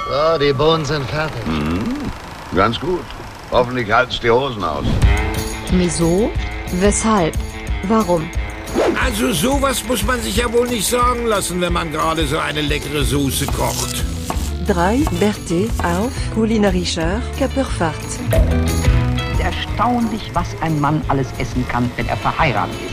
So, die Bohnen sind fertig. Ganz gut. Hoffentlich halt's die Hosen aus. Wieso? Weshalb? Warum? Also sowas muss man sich ja wohl nicht sagen lassen, wenn man gerade so eine leckere Soße kocht. 3 Berthe auf kulinarischer Körperfahrt. Erstaunlich, was ein Mann alles essen kann, wenn er verheiratet ist.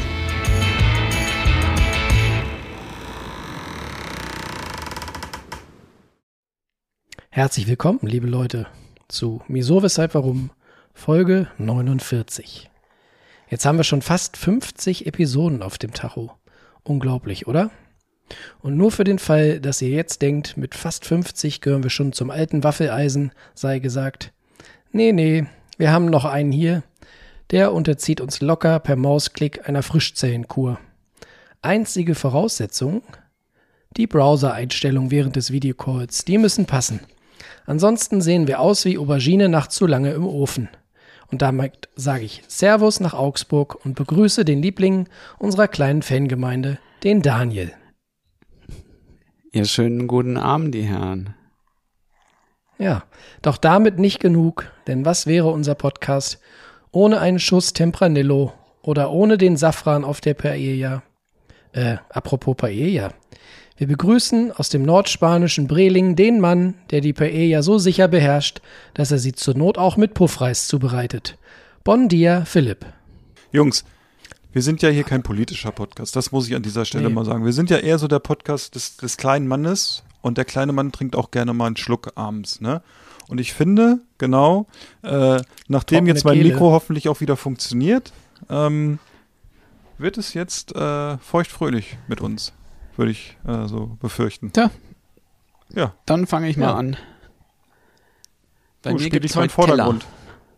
Herzlich willkommen, liebe Leute, zu Wieso, Weshalb, Warum, Folge 49. Jetzt haben wir schon fast 50 Episoden auf dem Tacho. Unglaublich, oder? Und nur für den Fall, dass ihr jetzt denkt, mit fast 50 gehören wir schon zum alten Waffeleisen, sei gesagt, nee, wir haben noch einen hier, der unterzieht uns locker per Mausklick einer Frischzellenkur. Einzige Voraussetzung, die Browser-Einstellungen während des Videocalls, die müssen passen. Ansonsten sehen wir aus wie Aubergine nach zu lange im Ofen. Und damit sage ich Servus nach Augsburg und begrüße den Liebling unserer kleinen Fangemeinde, den Daniel. Ja, schönen guten Abend, die Herren. Ja, doch damit nicht genug, denn was wäre unser Podcast ohne einen Schuss Tempranillo oder ohne den Safran auf der Paella? Apropos Paella. Wir begrüßen aus dem nordspanischen Breling den Mann, der die Paella so sicher beherrscht, dass er sie zur Not auch mit Puffreis zubereitet. Bon dia, Philipp. Jungs, wir sind ja hier kein politischer Podcast, das muss ich an dieser Stelle mal sagen. Wir sind ja eher so der Podcast des kleinen Mannes und der kleine Mann trinkt auch gerne mal einen Schluck abends, ne? Und ich finde, genau, nachdem Trockene jetzt mein Kehle. Mikro hoffentlich auch wieder funktioniert, wird es jetzt feuchtfröhlich mit uns. Würde ich so befürchten. Tja. Ja. Dann fange ich mal an. Bei mir spiel gibt dich es mal in heute den Teller. Vordergrund.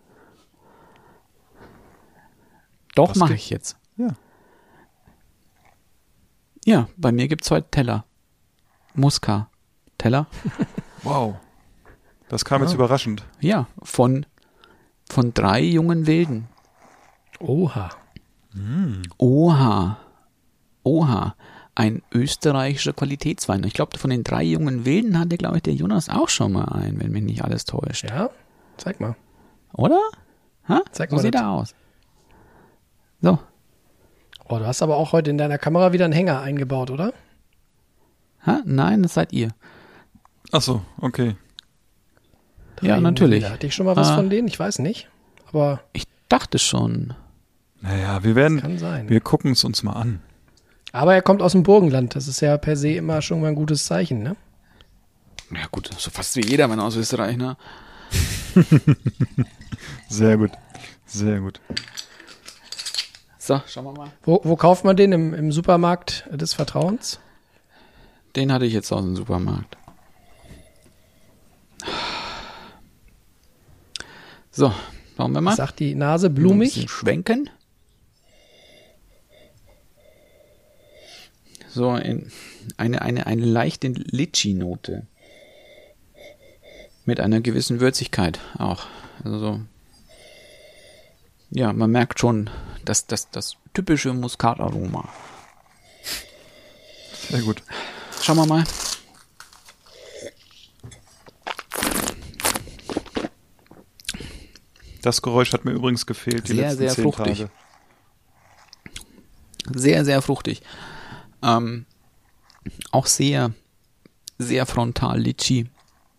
Doch, Was mache gibt- ich jetzt. Ja. Ja, bei mir gibt es heute Teller. Muska. Teller? Wow. Das kam jetzt überraschend. Ja, von 3 jungen Wilden. Oha. Oha. Ein österreichischer Qualitätswein. Ich glaube, von den 3 jungen Wilden hatte, glaube ich, der Jonas auch schon mal einen, wenn mich nicht alles täuscht. Ja, zeig mal. Oder? Ha? Zeig So mal sieht das. er aus. So. Oh, du hast aber auch heute in deiner Kamera wieder einen Hänger eingebaut, oder? Ha? Nein, das seid ihr. Ach so, okay. Ja, natürlich. Hatte ich schon mal was von denen? Ich weiß nicht. Aber Ich dachte schon. Naja, kann sein. wir gucken es uns mal an. Aber er kommt aus dem Burgenland. Das ist ja per se immer schon mal ein gutes Zeichen, ne? Ja gut, so fast wie jeder Mann aus Österreich, ne? Sehr gut, sehr gut. So, schauen wir mal. Wo kauft man den? Im Supermarkt des Vertrauens? Den hatte ich jetzt aus dem Supermarkt. So, schauen wir mal. Sagt die Nase Ein blumig? bisschen schwenken. So, eine leichte Litschi-Note. Mit einer gewissen Würzigkeit auch. Also so. Ja, man merkt schon, das typische Muskataroma. Sehr gut. Schauen wir mal. Das Geräusch hat mir übrigens gefehlt die Sehr, letzten sehr 10 fruchtig. Tage. Sehr, sehr fruchtig. Auch sehr, sehr frontal Litschi.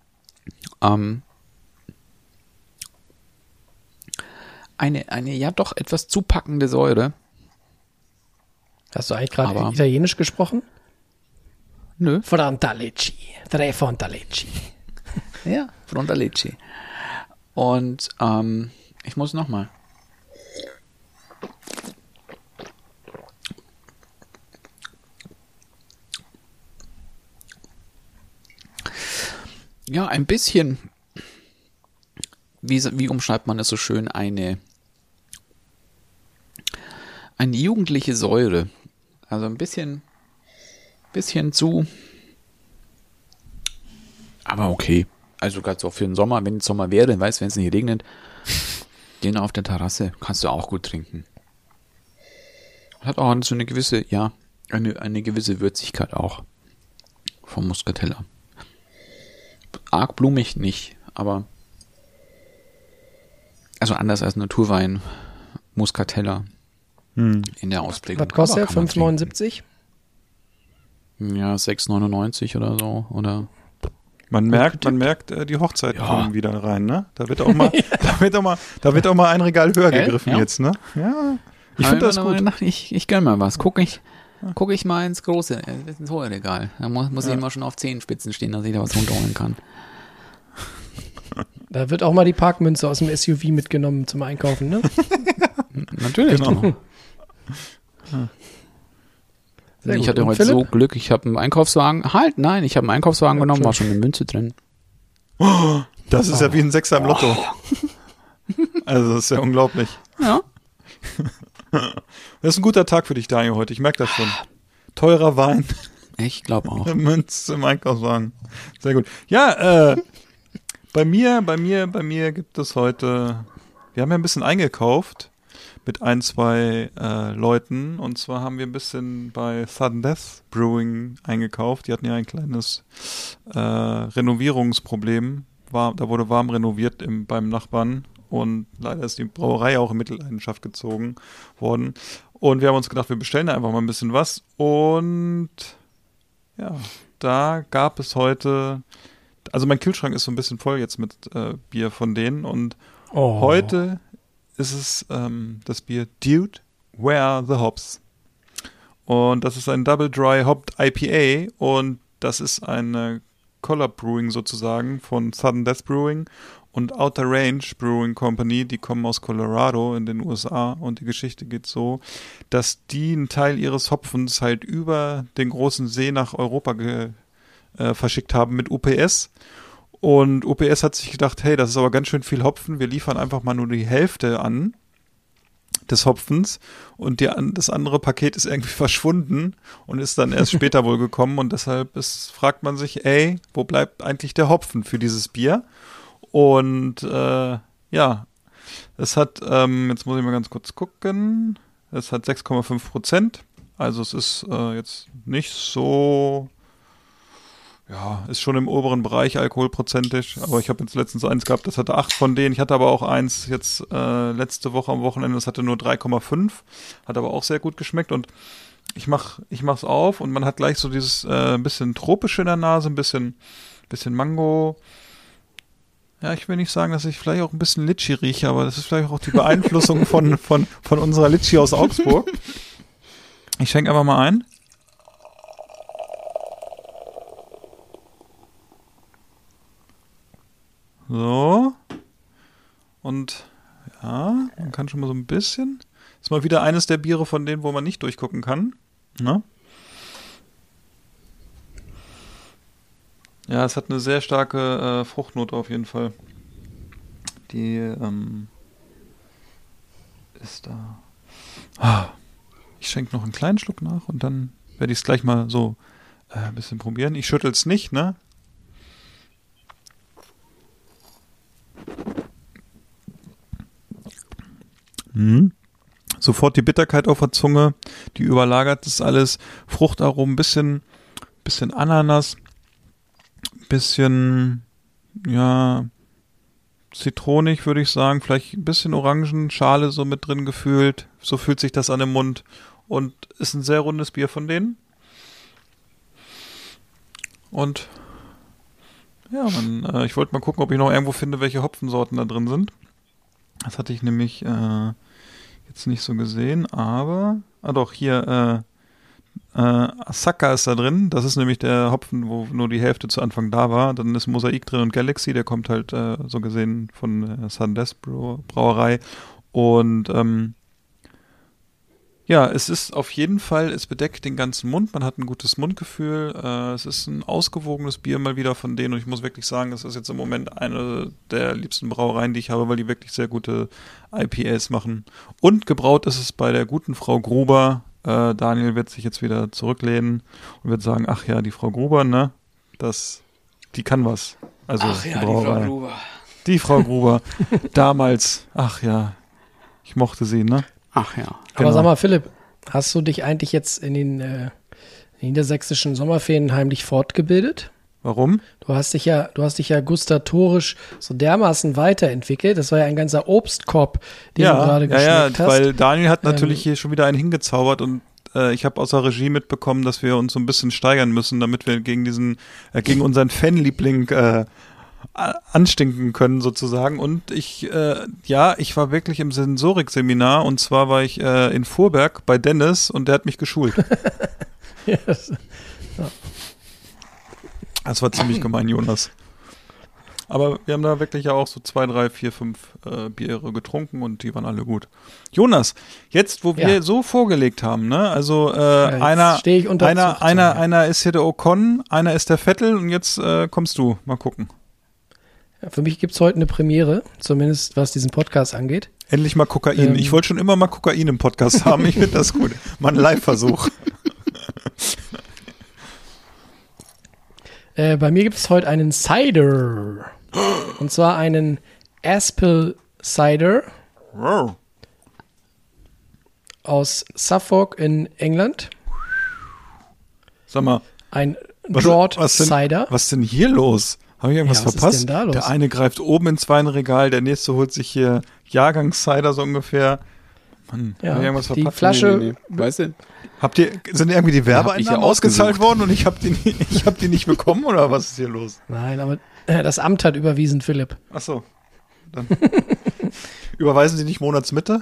Eine ja doch etwas zupackende Säure. Hast du eigentlich gerade Aber- Italienisch gesprochen? Nö. Frontalecci. Tre Frontalecci. Ja, Frontalecci. Und ich muss nochmal. Ja, ein bisschen, wie umschreibt man das so schön, eine jugendliche Säure. Also ein bisschen zu, aber okay. Also gerade so für den Sommer, wenn es Sommer wäre, weißt, wenn es nicht regnet, gehen auf der Terrasse, kannst du auch gut trinken. Hat auch so eine gewisse, ja, eine gewisse Würzigkeit auch vom Muscatella. arg blumig nicht, aber also anders als Naturwein, Muscatella in der Ausprägung. Was kostet der? 5,79? Ja, 6,99 oder so, oder? Man merkt, die Hochzeiten kommen wieder rein, ne? Da wird auch mal, da wird auch mal ein Regal höher gegriffen jetzt, ne? Ja. Ich finde das gut. Ich gönn mal was. Guck ich mal ins große, ins hohe Regal. Da muss ich immer schon auf Zehenspitzen stehen, dass ich da was runterholen kann. Da wird auch mal die Parkmünze aus dem SUV mitgenommen zum Einkaufen, ne? Natürlich. Genau. Ich hatte heute so Glück, ich habe einen Einkaufswagen, ich habe einen Einkaufswagen genommen, war schon eine Münze drin. Oh, das ist ja wie ein Sechser im Lotto. Also das ist ja unglaublich. Ja. Das ist ein guter Tag für dich, Daniel, heute. Ich merke das schon. Teurer Wein. Ich glaube auch. Münze im Einkaufswagen. Sehr gut. Ja, bei mir gibt es heute, wir haben ja ein bisschen eingekauft mit 2 Leuten, und zwar haben wir ein bisschen bei Sudden Death Brewing eingekauft. Die hatten ja ein kleines Renovierungsproblem. Da wurde warm renoviert beim Nachbarn, und leider ist die Brauerei auch in Mitleidenschaft gezogen worden. Und wir haben uns gedacht, wir bestellen einfach mal ein bisschen was, und ja, da gab es heute, also mein Kühlschrank ist so ein bisschen voll jetzt mit Bier von denen, und heute ist es das Bier Dude, Where Are the Hops? Und das ist ein Double Dry Hopped IPA, und das ist eine Collab Brewing sozusagen von Sudden Death Brewing und Outer Range Brewing Company. Die kommen aus Colorado in den USA, und die Geschichte geht so, dass die einen Teil ihres Hopfens halt über den großen See nach Europa verschickt haben mit UPS. Und UPS hat sich gedacht, hey, das ist aber ganz schön viel Hopfen, wir liefern einfach mal nur die Hälfte an des Hopfens, und das andere Paket ist irgendwie verschwunden und ist dann erst später wohl gekommen, und deshalb fragt man sich, wo bleibt eigentlich der Hopfen für dieses Bier? Und ja, es hat, jetzt muss ich mal ganz kurz gucken, es hat 6,5%, also es ist jetzt nicht so... Ja, ist schon im oberen Bereich alkoholprozentig, aber ich habe jetzt letztens eins gehabt, das hatte 8 von denen. Ich hatte aber auch eins jetzt letzte Woche am Wochenende, das hatte nur 3,5, hat aber auch sehr gut geschmeckt, und ich mach's auf, und man hat gleich so dieses bisschen tropische in der Nase, ein bisschen Mango. Ja, ich will nicht sagen, dass ich vielleicht auch ein bisschen Litschi rieche, aber das ist vielleicht auch die Beeinflussung von unserer Litschi aus Augsburg. Ich schenke einfach mal ein. So. Und ja, man kann schon mal so ein bisschen. Ist mal wieder eines der Biere von denen, wo man nicht durchgucken kann. Na? Ja, es hat eine sehr starke Fruchtnote auf jeden Fall. Die ist da. Ich schenke noch einen kleinen Schluck nach, und dann werde ich es gleich mal so ein bisschen probieren. Ich schüttel es nicht, ne? Sofort die Bitterkeit auf der Zunge, die überlagert das alles. Fruchtaromen, bisschen Ananas, bisschen, ja, zitronig, würde ich sagen. Vielleicht ein bisschen Orangenschale so mit drin gefühlt. So fühlt sich das an im Mund. Und ist ein sehr rundes Bier von denen. Und ja, ich wollte mal gucken, ob ich noch irgendwo finde, welche Hopfensorten da drin sind. Das hatte ich nämlich jetzt nicht so gesehen, aber doch, hier Asaka ist da drin. Das ist nämlich der Hopfen, wo nur die Hälfte zu Anfang da war. Dann ist Mosaik drin und Galaxy, der kommt halt so gesehen von Sudden Death Brauerei. Und ja, es ist auf jeden Fall, es bedeckt den ganzen Mund, man hat ein gutes Mundgefühl, es ist ein ausgewogenes Bier mal wieder von denen, und ich muss wirklich sagen, es ist jetzt im Moment eine der liebsten Brauereien, die ich habe, weil die wirklich sehr gute IPAs machen. Und gebraut ist es bei der guten Frau Gruber. Daniel wird sich jetzt wieder zurücklehnen und wird sagen, ach ja, die Frau Gruber, ne, die kann was. Also ach ja, die Brauerei. Frau Gruber. Die Frau Gruber. Damals, ach ja, ich mochte sie, ne? Ach ja. Aber Genau. sag mal, Philipp, hast du dich eigentlich jetzt in den niedersächsischen Sommerferien heimlich fortgebildet? Warum? Du hast dich ja gustatorisch so dermaßen weiterentwickelt. Das war ja ein ganzer Obstkorb, den du gerade geschmeckt hast. Weil Daniel hat natürlich hier schon wieder einen hingezaubert und ich habe aus der Regie mitbekommen, dass wir uns so ein bisschen steigern müssen, damit wir gegen unseren Fanliebling anstinken können sozusagen. Und ich war wirklich im Sensorikseminar und zwar war ich in Vorberg bei Dennis und der hat mich geschult. Yes. Das war ziemlich gemein, Jonas. Aber wir haben da wirklich ja auch so 2, 3, 4, 5 Biere getrunken und die waren alle gut. Jonas, jetzt wo wir so vorgelegt haben, ne? Also einer ist hier der Ocon, einer ist der Vettel und jetzt kommst du. Mal gucken. Ja, für mich gibt es heute eine Premiere, zumindest was diesen Podcast angeht. Endlich mal Kokain. Ich wollte schon immer mal Kokain im Podcast haben. Ich finde das gut. Mal ein Live-Versuch. Bei mir gibt es heute einen Cider. Und zwar einen Aspel Cider aus Suffolk in England. Sag mal. Ein Draught Cider. Was ist denn hier los? Habe ich irgendwas verpasst? Was ist denn da los? Der eine greift oben ins Weinregal, der nächste holt sich hier Jahrgangs-Cider so ungefähr. Mann, ja, habe ich irgendwas die verpasst? Flasche. Nee. Weißt du? Sind irgendwie die Werbeeinnahmen ausgezahlt ausgesucht worden und ich habe die nicht bekommen oder was ist hier los? Nein, aber das Amt hat überwiesen, Philipp. Ach so. Dann überweisen Sie nicht Monatsmitte?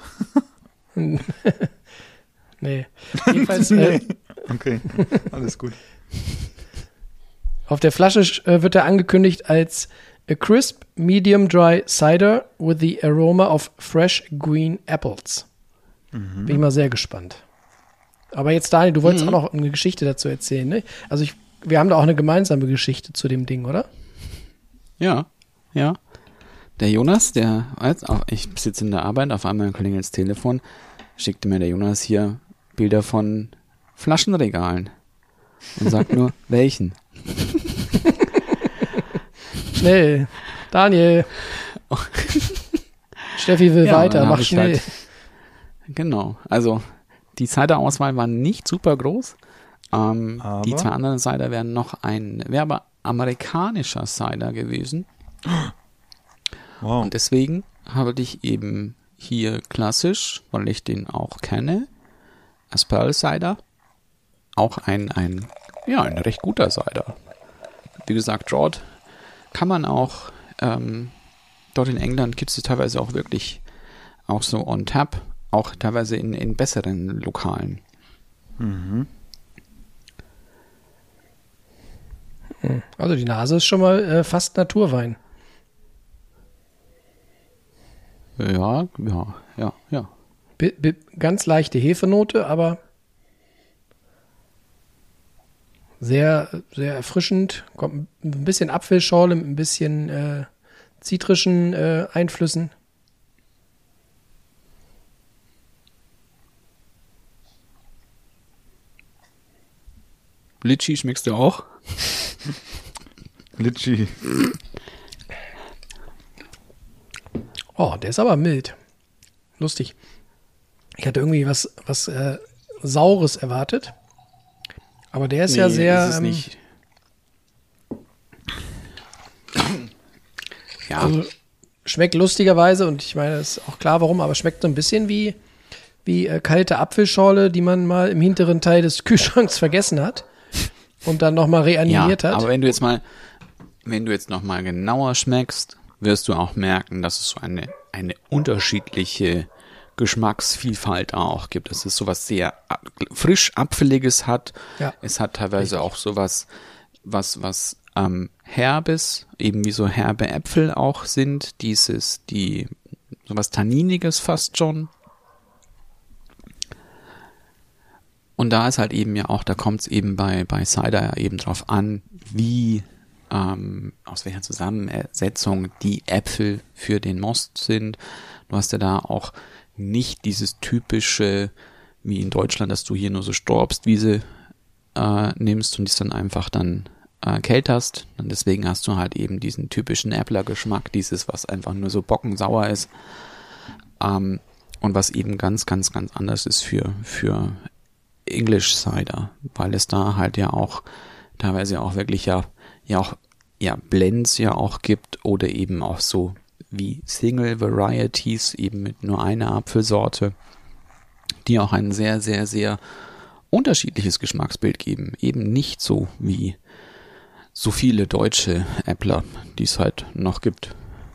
Nee. Jedenfalls, nee. Okay, alles gut. Auf der Flasche wird er angekündigt als a crisp, medium dry cider with the aroma of fresh green apples. Bin ich mal sehr gespannt. Aber jetzt, Daniel, du wolltest auch noch eine Geschichte dazu erzählen, ne? Also wir haben da auch eine gemeinsame Geschichte zu dem Ding, oder? Ja. Der Jonas, ich sitze in der Arbeit, auf einmal klingelt das Telefon, schickte mir der Jonas hier Bilder von Flaschenregalen und sagt nur, welchen? Schnell, Daniel. Steffi will weiter, mach schnell. Halt, genau, also die Cider-Auswahl war nicht super groß. Die 2 anderen Cider wären noch ein amerikanischer Cider gewesen. Wow. Und deswegen habe ich eben hier klassisch, weil ich den auch kenne, Aspel Cider, auch ein recht guter Cider. Wie gesagt, Draught kann man auch, dort in England gibt es teilweise auch wirklich auch so on tap, auch teilweise in besseren Lokalen. Also die Nase ist schon mal fast Naturwein. Ja. Ganz leichte Hefenote, aber sehr, sehr erfrischend. Kommt ein bisschen Apfelschorle mit ein bisschen zitrischen Einflüssen. Litchi schmeckst du auch? Litchi. Oh, der ist aber mild. Lustig. Ich hatte irgendwie was Saures erwartet. Aber der ist ja sehr... Ist es nicht. Ja. Also schmeckt lustigerweise, und ich meine, es ist auch klar warum, aber schmeckt so ein bisschen wie kalte Apfelschorle, die man mal im hinteren Teil des Kühlschranks vergessen hat und dann nochmal reanimiert hat. Aber wenn du jetzt noch mal genauer schmeckst, wirst du auch merken, dass es so eine unterschiedliche Geschmacksvielfalt auch gibt. Dass es sowas sehr frisch Apfeliges hat. Ja. Es hat teilweise auch sowas, was Herbes, eben wie so herbe Äpfel auch sind. Sowas Tanniniges fast schon. Und da ist halt eben ja auch, da kommt es eben bei Cider ja eben drauf an, wie aus welcher Zusammensetzung die Äpfel für den Most sind. Du hast ja da auch nicht dieses typische, wie in Deutschland, dass du hier nur so Storbstwiese nimmst und dies dann einfach dann kälterst. Und deswegen hast du halt eben diesen typischen Äppler-Geschmack, dieses, was einfach nur so bockensauer ist. Und was eben ganz, ganz, ganz anders ist für English Cider, weil es da halt ja auch teilweise auch wirklich ja ja auch Blends ja auch gibt oder eben auch so wie Single Varieties eben mit nur einer Apfelsorte, die auch ein sehr, sehr, sehr unterschiedliches Geschmacksbild geben. Eben nicht so wie so viele deutsche Äppler, die es halt noch gibt.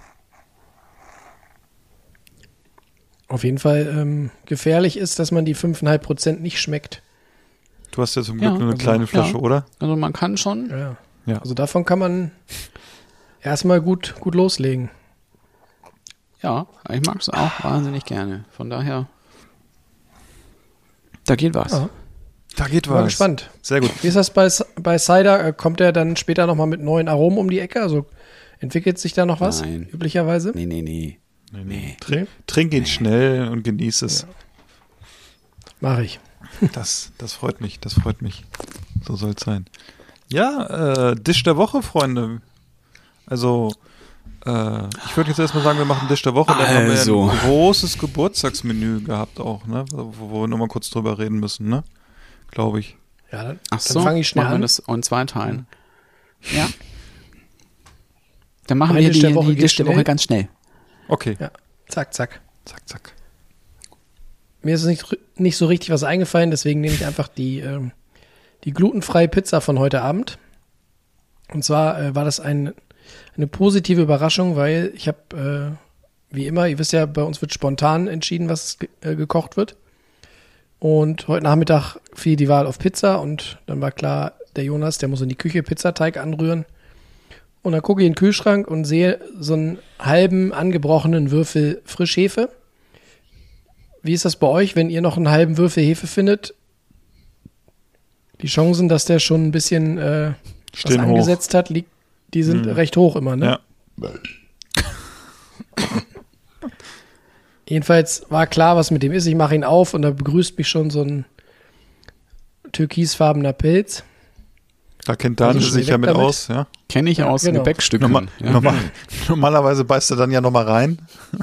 Auf jeden Fall gefährlich ist, dass man die 5,5% nicht schmeckt. Du hast ja zum Glück nur eine kleine Flasche, oder? Also man kann schon. Ja. Also davon kann man erstmal gut loslegen. Ja, ich mag es auch wahnsinnig gerne. Von daher, da geht was. Ja. Da geht was. Bin gespannt. Sehr gut. Wie ist das bei Cider? Kommt der dann später nochmal mit neuen Aromen um die Ecke? Also entwickelt sich da noch was? Nein. Üblicherweise? Nee. Trink ihn schnell und genieß es. Ja. Mach ich. Das freut mich. So soll es sein. Ja, Dish der Woche, Freunde. Also, ich würde jetzt erstmal sagen, wir machen Dish der Woche. Da haben wir ein großes Geburtstagsmenü gehabt auch, ne? Wo wir nochmal kurz drüber reden müssen, ne? Glaube ich. Ja, dann so, fange ich schnell machen wir an. das in 2 Teilen. Ja. Dann machen Mein wir Dish der Woche die Dish der geht Woche schnell. ganz schnell. Okay. Ja. Zack. Zack. Mir ist nicht so richtig was eingefallen, deswegen nehme ich einfach die glutenfreie Pizza von heute Abend. Und zwar war das eine positive Überraschung, weil ich habe, wie immer, ihr wisst ja, bei uns wird spontan entschieden, was gekocht wird. Und heute Nachmittag fiel die Wahl auf Pizza und dann war klar, der Jonas, der muss in die Küche Pizzateig anrühren. Und dann gucke ich in den Kühlschrank und sehe so einen halben angebrochenen Würfel Frischhefe. Wie ist das bei euch, wenn ihr noch einen halben Würfel Hefe findet? Die Chancen, dass der schon ein bisschen was angesetzt hat, die sind recht hoch immer, ne? Ja. Jedenfalls war klar, was mit dem ist. Ich mache ihn auf und da begrüßt mich schon so ein türkisfarbener Pilz. Da kennt Daniel sich ja mit aus, ja? Kenne ich aus genau. Gebäckstücken. Normalerweise beißt er dann ja nochmal rein.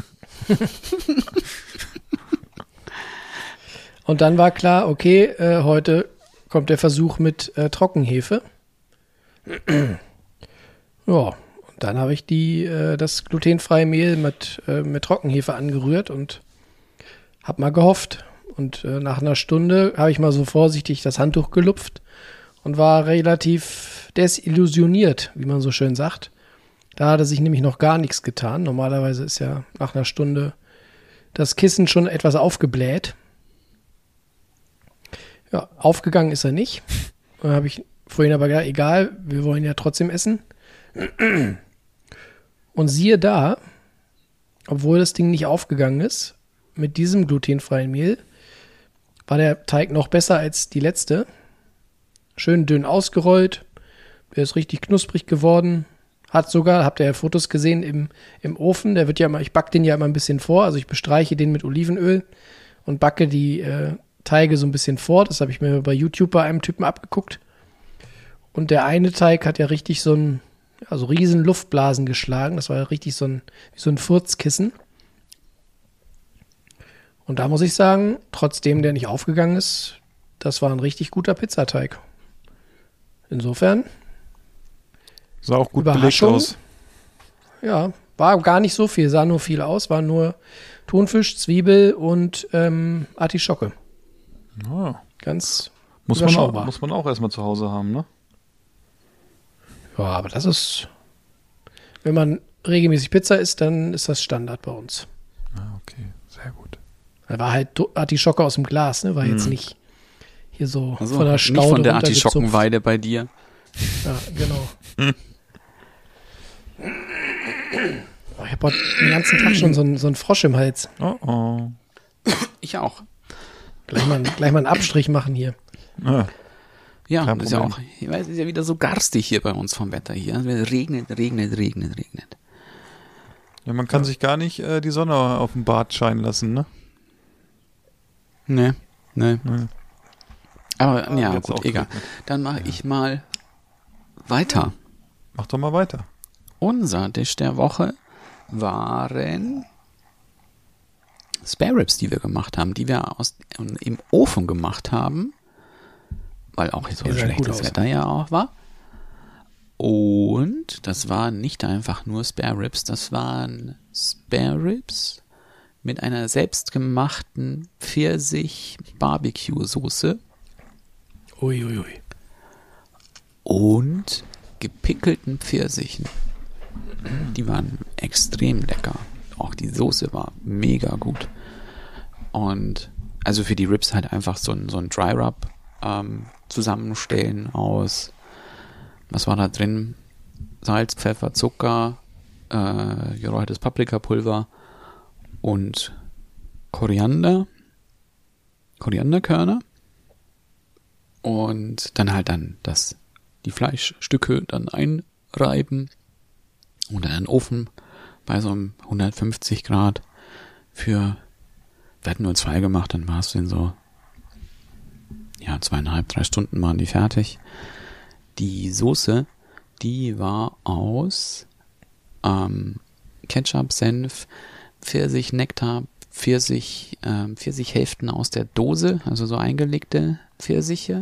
Und dann war klar, okay, heute kommt der Versuch mit Trockenhefe. Ja, und dann habe ich das glutenfreie Mehl mit Trockenhefe angerührt und habe mal gehofft. Und nach einer Stunde habe ich mal so vorsichtig das Handtuch gelupft und war relativ desillusioniert, wie man so schön sagt. Da hatte sich nämlich noch gar nichts getan. Normalerweise ist ja nach einer Stunde das Kissen schon etwas aufgebläht. Ja, aufgegangen ist er nicht. Dann habe ich vorhin aber gesagt, egal, wir wollen ja trotzdem essen. Und siehe da, obwohl das Ding nicht aufgegangen ist, mit diesem glutenfreien Mehl war der Teig noch besser als die letzte. Schön dünn ausgerollt, der ist richtig knusprig geworden. Hat sogar, habt ihr ja Fotos gesehen, im Ofen, der wird ja immer, ich backe den ja immer ein bisschen vor, also ich bestreiche den mit Olivenöl und backe die Teige so ein bisschen vor. Das habe ich mir bei YouTube bei einem Typen abgeguckt. Und der eine Teig hat ja richtig so riesen Luftblasen geschlagen. Das war ja richtig wie so ein Furzkissen. Und da muss ich sagen, trotzdem der nicht aufgegangen ist, das war ein richtig guter Pizzateig. Insofern. Sah auch gut belegt aus. Ja, war gar nicht so viel, sah nur viel aus, war nur Thunfisch, Zwiebel und Artischocke. Oh. Ganz muss überschaubar. Muss man auch erstmal zu Hause haben, ne? Ja, aber das ist, wenn man regelmäßig Pizza isst, dann ist das Standard bei uns. Ah, okay, sehr gut. Da war halt Artischocke aus dem Glas, ne? War jetzt nicht hier so Also von der Staude nicht von der Artischockenweide bei dir. Ja, genau. Oh, ich habe den ganzen Tag schon so einen Frosch im Hals. Oh. Ich auch. Gleich mal einen Abstrich machen hier. Ja, Kein das ist ja Problem. auch, ich weiß, es ist ja wieder so garstig hier bei uns vom Wetter hier. Es regnet. Ja, man kann sich gar nicht die Sonne auf dem Bart scheinen lassen, ne? Nee. Aber ja, jetzt auch gut, egal. geregnet. Dann mache ich mal weiter. Mach doch mal weiter. Unser Dish der Woche waren Spare Ribs, die wir gemacht haben, die wir im Ofen gemacht haben, weil auch jetzt so Die sahen gut schlechtes aus. Wetter ja auch war. Und das waren nicht einfach nur Spare Ribs, das waren Spare Ribs mit einer selbstgemachten Pfirsich-Barbecue-Soße. Uiuiui. Und gepickelten Pfirsichen. Die waren extrem lecker. Auch die Soße war mega gut. Und also für die Ribs halt einfach so ein Dry Rub zusammenstellen aus, was war da drin? Salz, Pfeffer, Zucker, geräuchertes Paprikapulver und Korianderkörner. Und dann halt die Fleischstücke dann einreiben und dann in den Ofen bei so einem 150 Grad wir hatten nur 2 gemacht, dann war es in so 2,5, 3 Stunden waren die fertig. Die Soße, die war aus Ketchup, Senf, Pfirsichnektar, Pfirsichhälften aus der Dose, also so eingelegte Pfirsiche.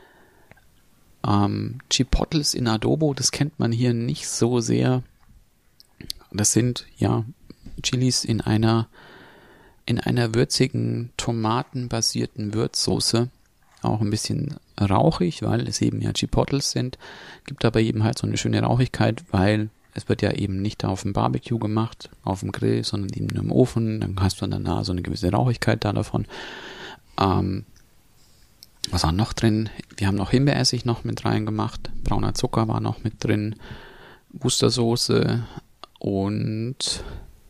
Chipotles in Adobo, das kennt man hier nicht so sehr. Das sind Chilis in einer würzigen, tomatenbasierten Würzsoße. Auch ein bisschen rauchig, weil es eben Chipotles sind. Gibt aber eben halt so eine schöne Rauchigkeit, weil es wird ja eben nicht auf dem Barbecue gemacht, auf dem Grill, sondern eben nur im Ofen. Dann hast du danach so eine gewisse Rauchigkeit davon. Was war noch drin? Wir haben noch Himbeeressig noch mit reingemacht. Brauner Zucker war noch mit drin. Wustersoße und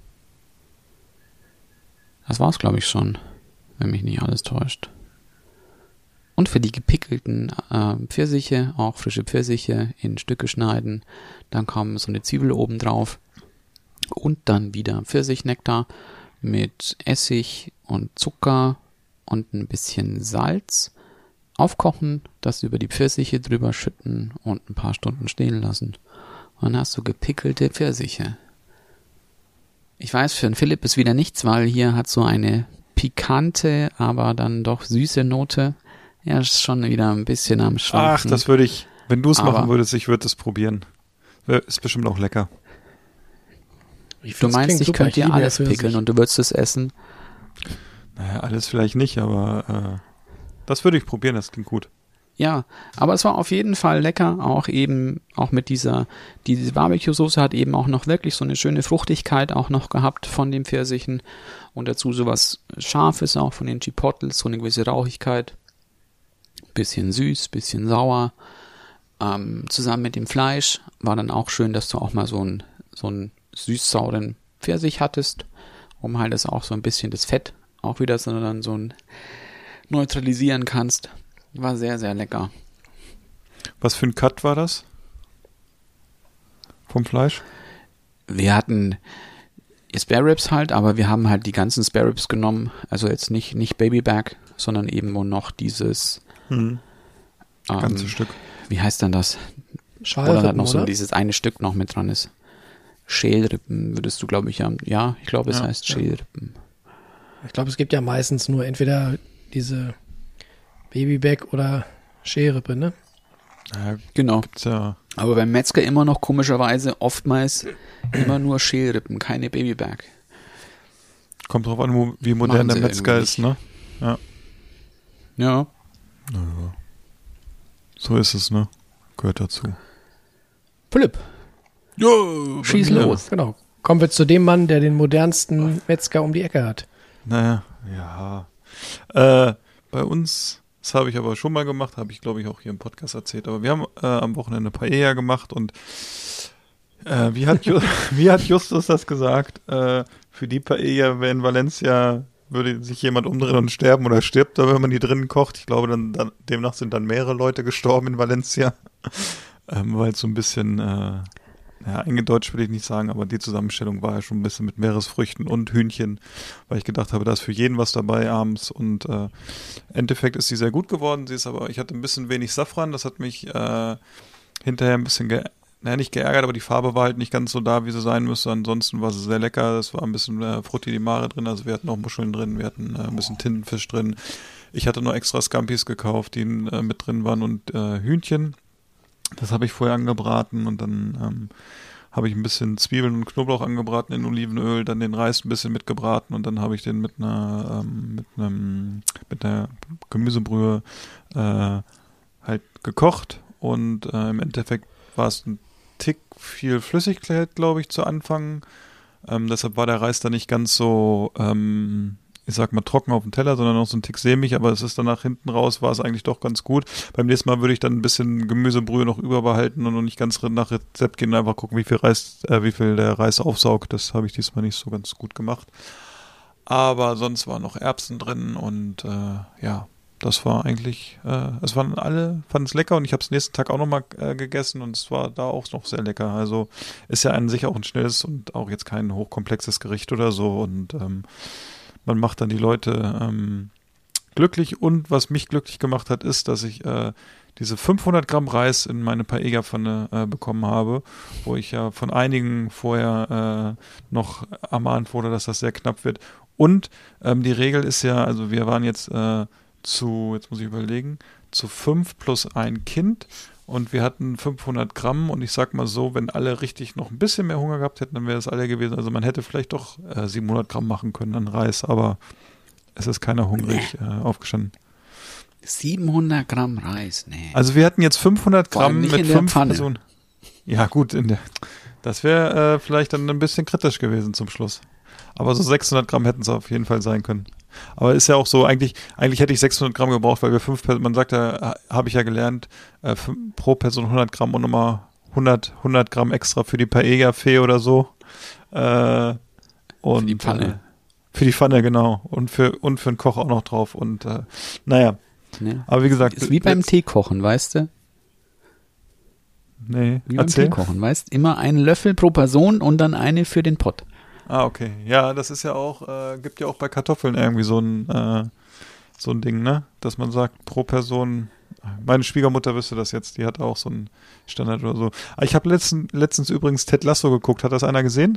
das war's, glaube ich, schon, wenn mich nicht alles täuscht. Und für die gepickelten Pfirsiche, auch frische Pfirsiche in Stücke schneiden. Dann kam so eine Zwiebel oben drauf. Und dann wieder Pfirsichnektar mit Essig und Zucker und ein bisschen Salz. Aufkochen, das über die Pfirsiche drüber schütten und ein paar Stunden stehen lassen. Und dann hast du gepickelte Pfirsiche. Ich weiß, für den Philipp ist wieder nichts, weil hier hat so eine pikante, aber dann doch süße Note. Ja, ist schon wieder ein bisschen am Schwanken. Ach, das würde ich, wenn du es machen würdest, ich würde es probieren. Ist bestimmt auch lecker. Du meinst, ich könnte dir alles pickeln und du würdest es essen? Naja, alles vielleicht nicht, aber das würde ich probieren, das klingt gut. Ja, aber es war auf jeden Fall lecker, auch mit diese Barbecue-Soße hat eben auch noch wirklich so eine schöne Fruchtigkeit auch noch gehabt von den Pfirsichen und dazu sowas Scharfes auch von den Chipotles, so eine gewisse Rauchigkeit. Bisschen süß, bisschen sauer. Zusammen mit dem Fleisch war dann auch schön, dass du auch mal so einen süß-sauren Pfirsich hattest, um halt das auch so ein bisschen das Fett auch wieder dann so neutralisieren kannst. War sehr, sehr lecker. Was für ein Cut war das? Vom Fleisch? Wir hatten Spare Ribs halt, aber wir haben halt die ganzen Spare Ribs genommen. Also jetzt nicht Babyback, sondern eben nur noch dieses ganze Stück. Wie heißt denn das? Schalrippen, oder halt noch so oder? dieses eine Stück noch mit dran ist. Schälrippen würdest du, glaube ich, haben. Ja, ich glaube, es heißt Schälrippen. Ich glaube, es gibt ja meistens nur entweder diese Babyback oder Schälrippe, ne? Ja, genau. Ja. Aber beim Metzger immer noch komischerweise oftmals immer nur Schälrippen, keine Babyback. Kommt drauf an, wie modern der Metzger ist, ne? Ja. Ja. Naja. So ist es, ne? Gehört dazu. Philipp. Ja, schieß los. Genau. Kommen wir zu dem Mann, der den modernsten Metzger um die Ecke hat. Naja, ja. Bei uns, das habe ich aber schon mal gemacht, habe ich, glaube ich, auch hier im Podcast erzählt, aber wir haben am Wochenende Paella gemacht und wie hat Justus das gesagt? Für die Paella in Valencia würde sich jemand umdrehen und sterben oder stirbt da, wenn man die drinnen kocht. Ich glaube, dann demnach sind dann mehrere Leute gestorben in Valencia, weil es so ein bisschen eingedeutscht will ich nicht sagen, aber die Zusammenstellung war ja schon ein bisschen mit Meeresfrüchten und Hühnchen, weil ich gedacht habe, da ist für jeden was dabei abends und im Endeffekt ist sie sehr gut geworden. Ich hatte ein bisschen wenig Safran, das hat mich hinterher ein bisschen nicht geärgert, aber die Farbe war halt nicht ganz so da, wie sie sein müsste. Ansonsten war sie sehr lecker, es war ein bisschen Frutti di Mare drin, also wir hatten auch Muscheln drin, wir hatten ein bisschen Tintenfisch drin. Ich hatte noch extra Scampis gekauft, die mit drin waren und Hühnchen. Das habe ich vorher angebraten und dann habe ich ein bisschen Zwiebeln und Knoblauch angebraten in Olivenöl, dann den Reis ein bisschen mitgebraten und dann habe ich den mit einer Gemüsebrühe halt gekocht und im Endeffekt war es ein Tick viel Flüssigkeit, glaube ich, zu Anfang. Deshalb war der Reis dann nicht ganz so, ich sag mal, trocken auf dem Teller, sondern noch so ein Tick sämig, aber es ist dann nach hinten raus, war es eigentlich doch ganz gut. Beim nächsten Mal würde ich dann ein bisschen Gemüsebrühe noch überbehalten und noch nicht ganz nach Rezept gehen, einfach gucken, wie viel der Reis aufsaugt. Das habe ich diesmal nicht so ganz gut gemacht. Aber sonst waren noch Erbsen drin und das war eigentlich, es waren alle, fanden es lecker und ich habe es nächsten Tag auch nochmal gegessen und es war da auch noch sehr lecker. Also ist ja an sich auch ein schnelles und auch jetzt kein hochkomplexes Gericht oder so und man macht dann die Leute glücklich und was mich glücklich gemacht hat, ist, dass ich diese 500 Gramm Reis in meine Paella-Pfanne bekommen habe, wo ich ja von einigen vorher noch ermahnt wurde, dass das sehr knapp wird. Und die Regel ist ja, also wir waren jetzt jetzt muss ich überlegen, zu 5 plus ein Kind und wir hatten 500 Gramm und ich sag mal so, wenn alle richtig noch ein bisschen mehr Hunger gehabt hätten, dann wäre es alle gewesen. Also man hätte vielleicht doch 700 Gramm machen können an Reis, aber es ist keiner hungrig aufgestanden. 700 Gramm Reis, nee. Also wir hatten jetzt 500 Gramm mit 5 Pfanne. Personen. Ja gut, das wäre vielleicht dann ein bisschen kritisch gewesen zum Schluss. Aber so 600 Gramm hätten es auf jeden Fall sein können. Aber ist ja auch so, eigentlich hätte ich 600 Gramm gebraucht, weil wir 5 Personen, man sagt ja, habe ich ja gelernt, pro Person 100 Gramm und nochmal 100 Gramm extra für die Paella-Fee oder so. Und für die Pfanne. Für die Pfanne, genau. Und für den Koch auch noch drauf. Und naja. Nee. Aber wie gesagt. Ist wie beim Teekochen, weißt du? Nee, wie beim Teekochen, weißt du? Immer einen Löffel pro Person und dann eine für den Pott. Ah, okay. Ja, das ist ja auch, gibt ja auch bei Kartoffeln irgendwie so ein Ding, ne? Dass man sagt, pro Person, meine Schwiegermutter wüsste das jetzt, die hat auch so einen Standard oder so. Aber ich habe letztens übrigens Ted Lasso geguckt, hat das einer gesehen?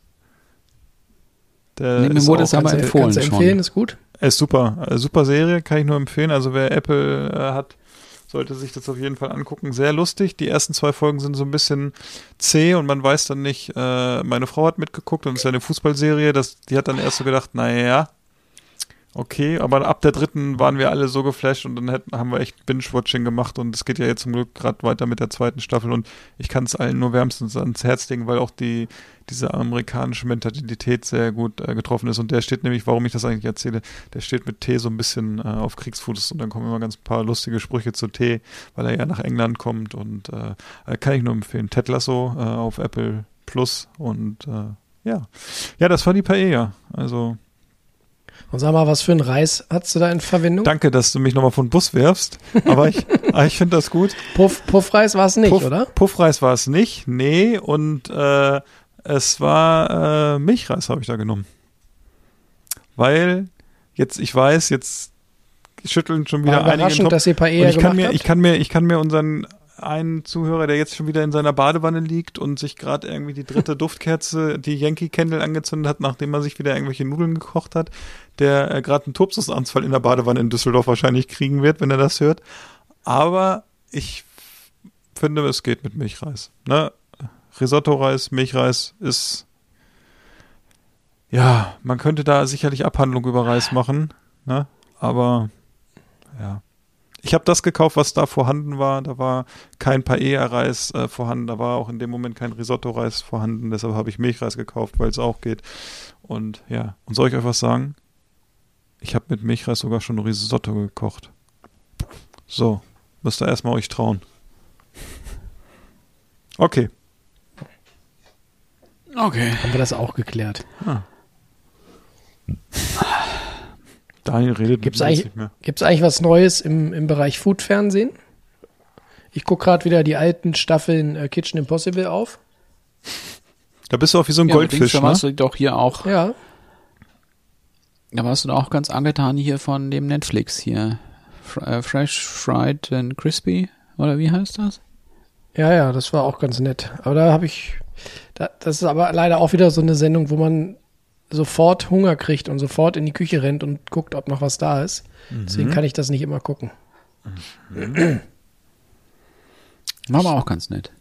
Mir wurde es aber empfohlen kannst du empfehlen, ist gut. Ist super, super Serie, kann ich nur empfehlen. Also wer Apple hat, sollte sich das auf jeden Fall angucken. Sehr lustig. Die ersten 2 Folgen sind so ein bisschen zäh und man weiß dann nicht, meine Frau hat mitgeguckt und es ist ja eine Fußballserie, die hat dann erst so gedacht, naja, okay, aber ab der 3. waren wir alle so geflasht und dann haben wir echt Binge-Watching gemacht und es geht ja jetzt zum Glück gerade weiter mit der 2. Staffel und ich kann es allen nur wärmstens ans Herz legen, weil auch diese amerikanische Mentalität sehr gut getroffen ist und der steht nämlich, warum ich das eigentlich erzähle, der steht mit Tee so ein bisschen auf Kriegsfuß und dann kommen immer ganz paar lustige Sprüche zu Tee, weil er ja nach England kommt und kann ich nur empfehlen. Ted Lasso auf Apple Plus und ja, das war die Paella, also und sag mal, was für ein Reis hast du da in Verwendung? Danke, dass du mich nochmal von Bus wirfst, aber ich finde das gut. Puffreis war es nicht, oder? Puffreis war es nicht, nee, und es war Milchreis habe ich da genommen. Weil ich weiß, jetzt schütteln schon wieder einige den Kopf. Dass ihr Paella gemacht habt? Ich kann mir unseren einen Zuhörer, der jetzt schon wieder in seiner Badewanne liegt und sich gerade irgendwie die 3. Duftkerze, die Yankee Candle angezündet hat, nachdem er sich wieder irgendwelche Nudeln gekocht hat, der gerade einen Tobsusanfall in der Badewanne in Düsseldorf wahrscheinlich kriegen wird, wenn er das hört. Aber ich finde, es geht mit Milchreis. Ne? Risotto-Reis, Milchreis ist, ja, man könnte da sicherlich Abhandlung über Reis machen, ne? Aber ja. Ich habe das gekauft, was da vorhanden war. Da war kein Paella-Reis vorhanden. Da war auch in dem Moment kein Risotto-Reis vorhanden. Deshalb habe ich Milchreis gekauft, weil es auch geht. Und ja, und soll ich euch was sagen? Ich habe mit Milchreis sogar schon Risotto gekocht. So, müsst ihr erstmal euch trauen. Okay. Okay. Haben wir das auch geklärt. Daniel redet Gibt's eigentlich was Neues im Bereich Food-Fernsehen? Ich gucke gerade wieder die alten Staffeln Kitchen Impossible auf. Da bist du auch wie so ein Goldfisch, da warst du doch hier auch. Ja. Da warst du doch auch ganz angetan hier von dem Netflix hier. Fresh, Fried and Crispy, oder wie heißt das? Ja, das war auch ganz nett. Aber das ist aber leider auch wieder so eine Sendung, wo man sofort Hunger kriegt und sofort in die Küche rennt und guckt, ob noch was da ist. Deswegen kann ich das nicht immer gucken. War aber auch ganz nett.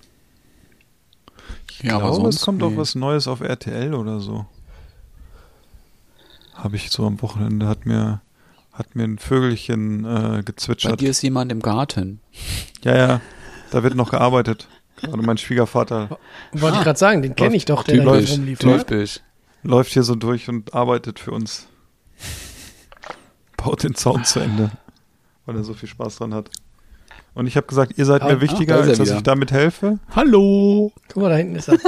Ich glaube, es kommt auch was Neues auf RTL oder so. Habe ich so am Wochenende, hat mir ein Vögelchen gezwitschert. Bei dir ist jemand im Garten. Ja, da wird noch gearbeitet. Gerade mein Schwiegervater Wollte ich gerade sagen, den kenne ich doch, der da Typisch, rumlief. typisch. läuft hier so durch und arbeitet für uns. Baut den Zaun zu Ende, weil er so viel Spaß dran hat. Und ich habe gesagt, ihr seid mir wichtiger, als dass ich damit helfe. Hallo! Guck mal, da hinten ist er.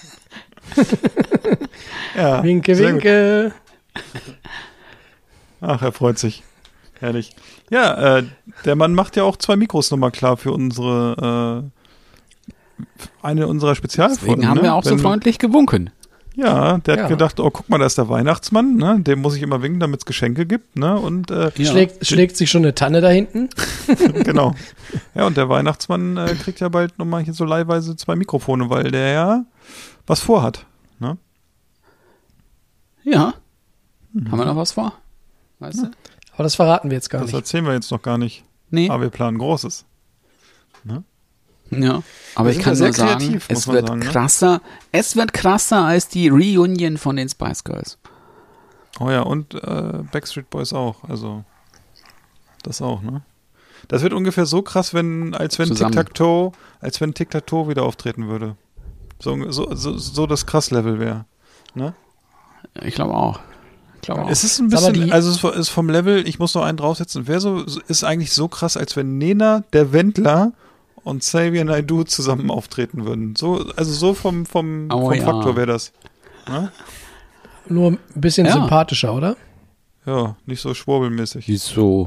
Ja, Winke, sehr gut. winke. Ach, er freut sich. Herrlich. Ja, der Mann macht ja auch 2 Mikros nochmal klar für unsere eine unserer Spezialfolgen. Deswegen haben wir auch so freundlich gewunken. Ja, der hat gedacht, oh, guck mal, da ist der Weihnachtsmann, ne? Dem muss ich immer winken, damit es Geschenke gibt, ne? Und schlägt sich schon eine Tanne da hinten. Genau. Ja, und der Weihnachtsmann kriegt ja bald nochmal hier so leihweise 2 Mikrofone, weil der ja was vorhat, ne? Ja. Haben wir noch was vor? Weißt du? Aber das verraten wir jetzt gar Das nicht. erzählen wir jetzt noch gar nicht. Nee. Aber wir planen Großes. Ja, aber Wir ich sind kann ja sehr nur sagen, kreativ, muss es man wird sagen, ne? krasser. Es wird krasser als die Reunion von den Spice Girls. Oh ja, und Backstreet Boys auch, also das auch, ne? Das wird ungefähr so krass, als wenn Zusammen. Tic-Tac-Toe wieder auftreten würde. So das Krass-Level wäre, ne? Ich glaube auch. Es ist ein bisschen, also es ist vom Level, ich muss noch einen draufsetzen, ist eigentlich so krass, als wenn Nena, der Wendler und Xavier Naidoo zusammen auftreten würden. So vom Faktor wäre das. Ne? Nur ein bisschen sympathischer, oder? Ja, nicht so schwurbelmäßig. Wieso?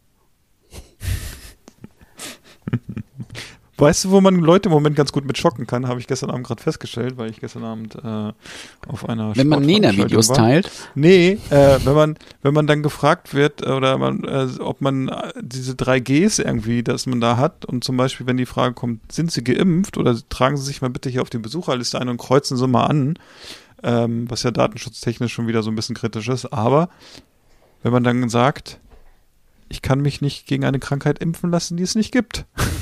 Weißt du, wo man Leute im Moment ganz gut mit schocken kann, habe ich gestern Abend gerade festgestellt, weil ich gestern Abend auf einer Wenn man Nena-Videos teilt? Nee, wenn man dann gefragt wird, oder ob man diese 3Gs irgendwie, dass man da hat, und zum Beispiel, wenn die Frage kommt, sind Sie geimpft oder tragen Sie sich mal bitte hier auf die Besucherliste ein und kreuzen Sie mal an, was ja datenschutztechnisch schon wieder so ein bisschen kritisch ist, aber wenn man dann sagt, ich kann mich nicht gegen eine Krankheit impfen lassen, die es nicht gibt.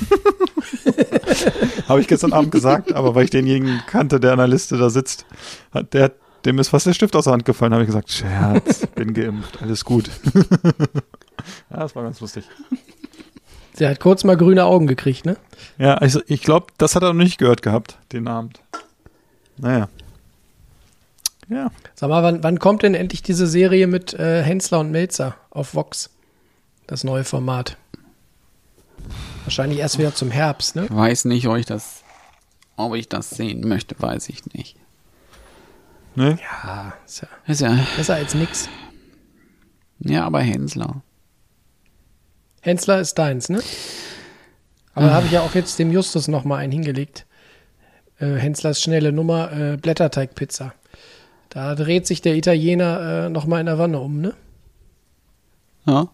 Habe ich gestern Abend gesagt, aber weil ich denjenigen kannte, der an der Liste da sitzt, dem ist fast der Stift aus der Hand gefallen, habe ich gesagt, Scherz, bin geimpft, alles gut. Ja, das war ganz lustig. Der hat kurz mal grüne Augen gekriegt, ne? Ja, also ich glaube, das hat er noch nicht gehört gehabt, den Abend. Naja. Ja. Sag mal, wann kommt denn endlich diese Serie mit Hensler und Melzer auf Vox? Das neue Format. Wahrscheinlich erst wieder zum Herbst, ne? Ich weiß nicht, ob ich das sehen möchte, weiß ich nicht. Ne? Ja, Ist ja besser als nix. ja, aber Hensler. Hensler ist deins, ne? Aber da habe ich ja auch jetzt dem Justus noch mal einen hingelegt. Henslers schnelle Nummer, Blätterteigpizza. Da dreht sich der Italiener noch mal in der Wanne um, ne? Ja.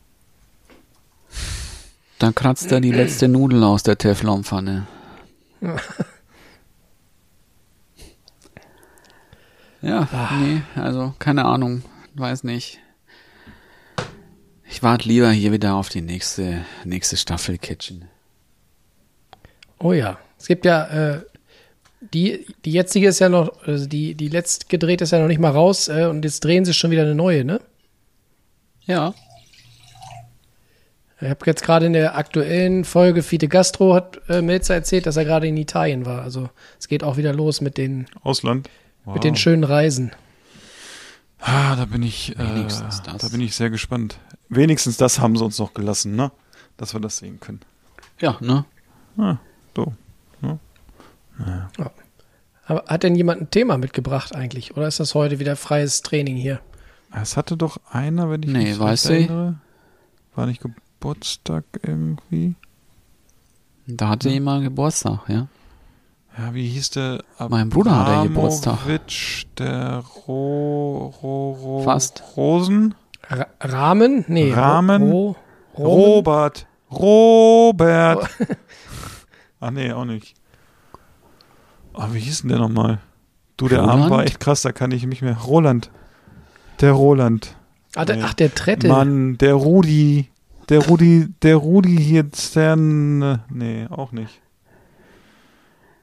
Dann kratzt er die letzte Nudel aus der Teflonpfanne. Ja, nee, also keine Ahnung, weiß nicht. Ich warte lieber hier wieder auf die nächste Staffel Kitchen. Oh ja, es gibt ja, die jetzige ist ja noch, also die letzt gedreht ist ja noch nicht mal raus und jetzt drehen sie schon wieder eine neue, ne? Ja. Ich habe jetzt gerade in der aktuellen Folge Fide Gastro hat Melzer erzählt, dass er gerade in Italien war. Also es geht auch wieder los mit den Ausland. Wow. mit den schönen Reisen. Da bin ich sehr gespannt. Wenigstens das haben sie uns noch gelassen, ne? Dass wir das sehen können. Ja, ne? So. Ne? Ja. Aber hat denn jemand ein Thema mitgebracht eigentlich? Oder ist das heute wieder freies Training hier? Es hatte doch einer, wenn ich mich weißt du? erinnere. War nicht Geburtstag irgendwie? Da hatte jemand Geburtstag, ja. Ja, wie hieß der? Mein Bruder hat ja Geburtstag. Der Fast. Rosen? Rahmen? Nee. Rahmen? Robert. Robert. Ach nee, auch nicht. Oh, wie hieß denn der nochmal? Du, der Roland? Arm war echt krass, da kann ich nicht mehr. Roland. Der Roland. Der Trettel. Mann, der Rudi hier, Stern. Nee, auch nicht.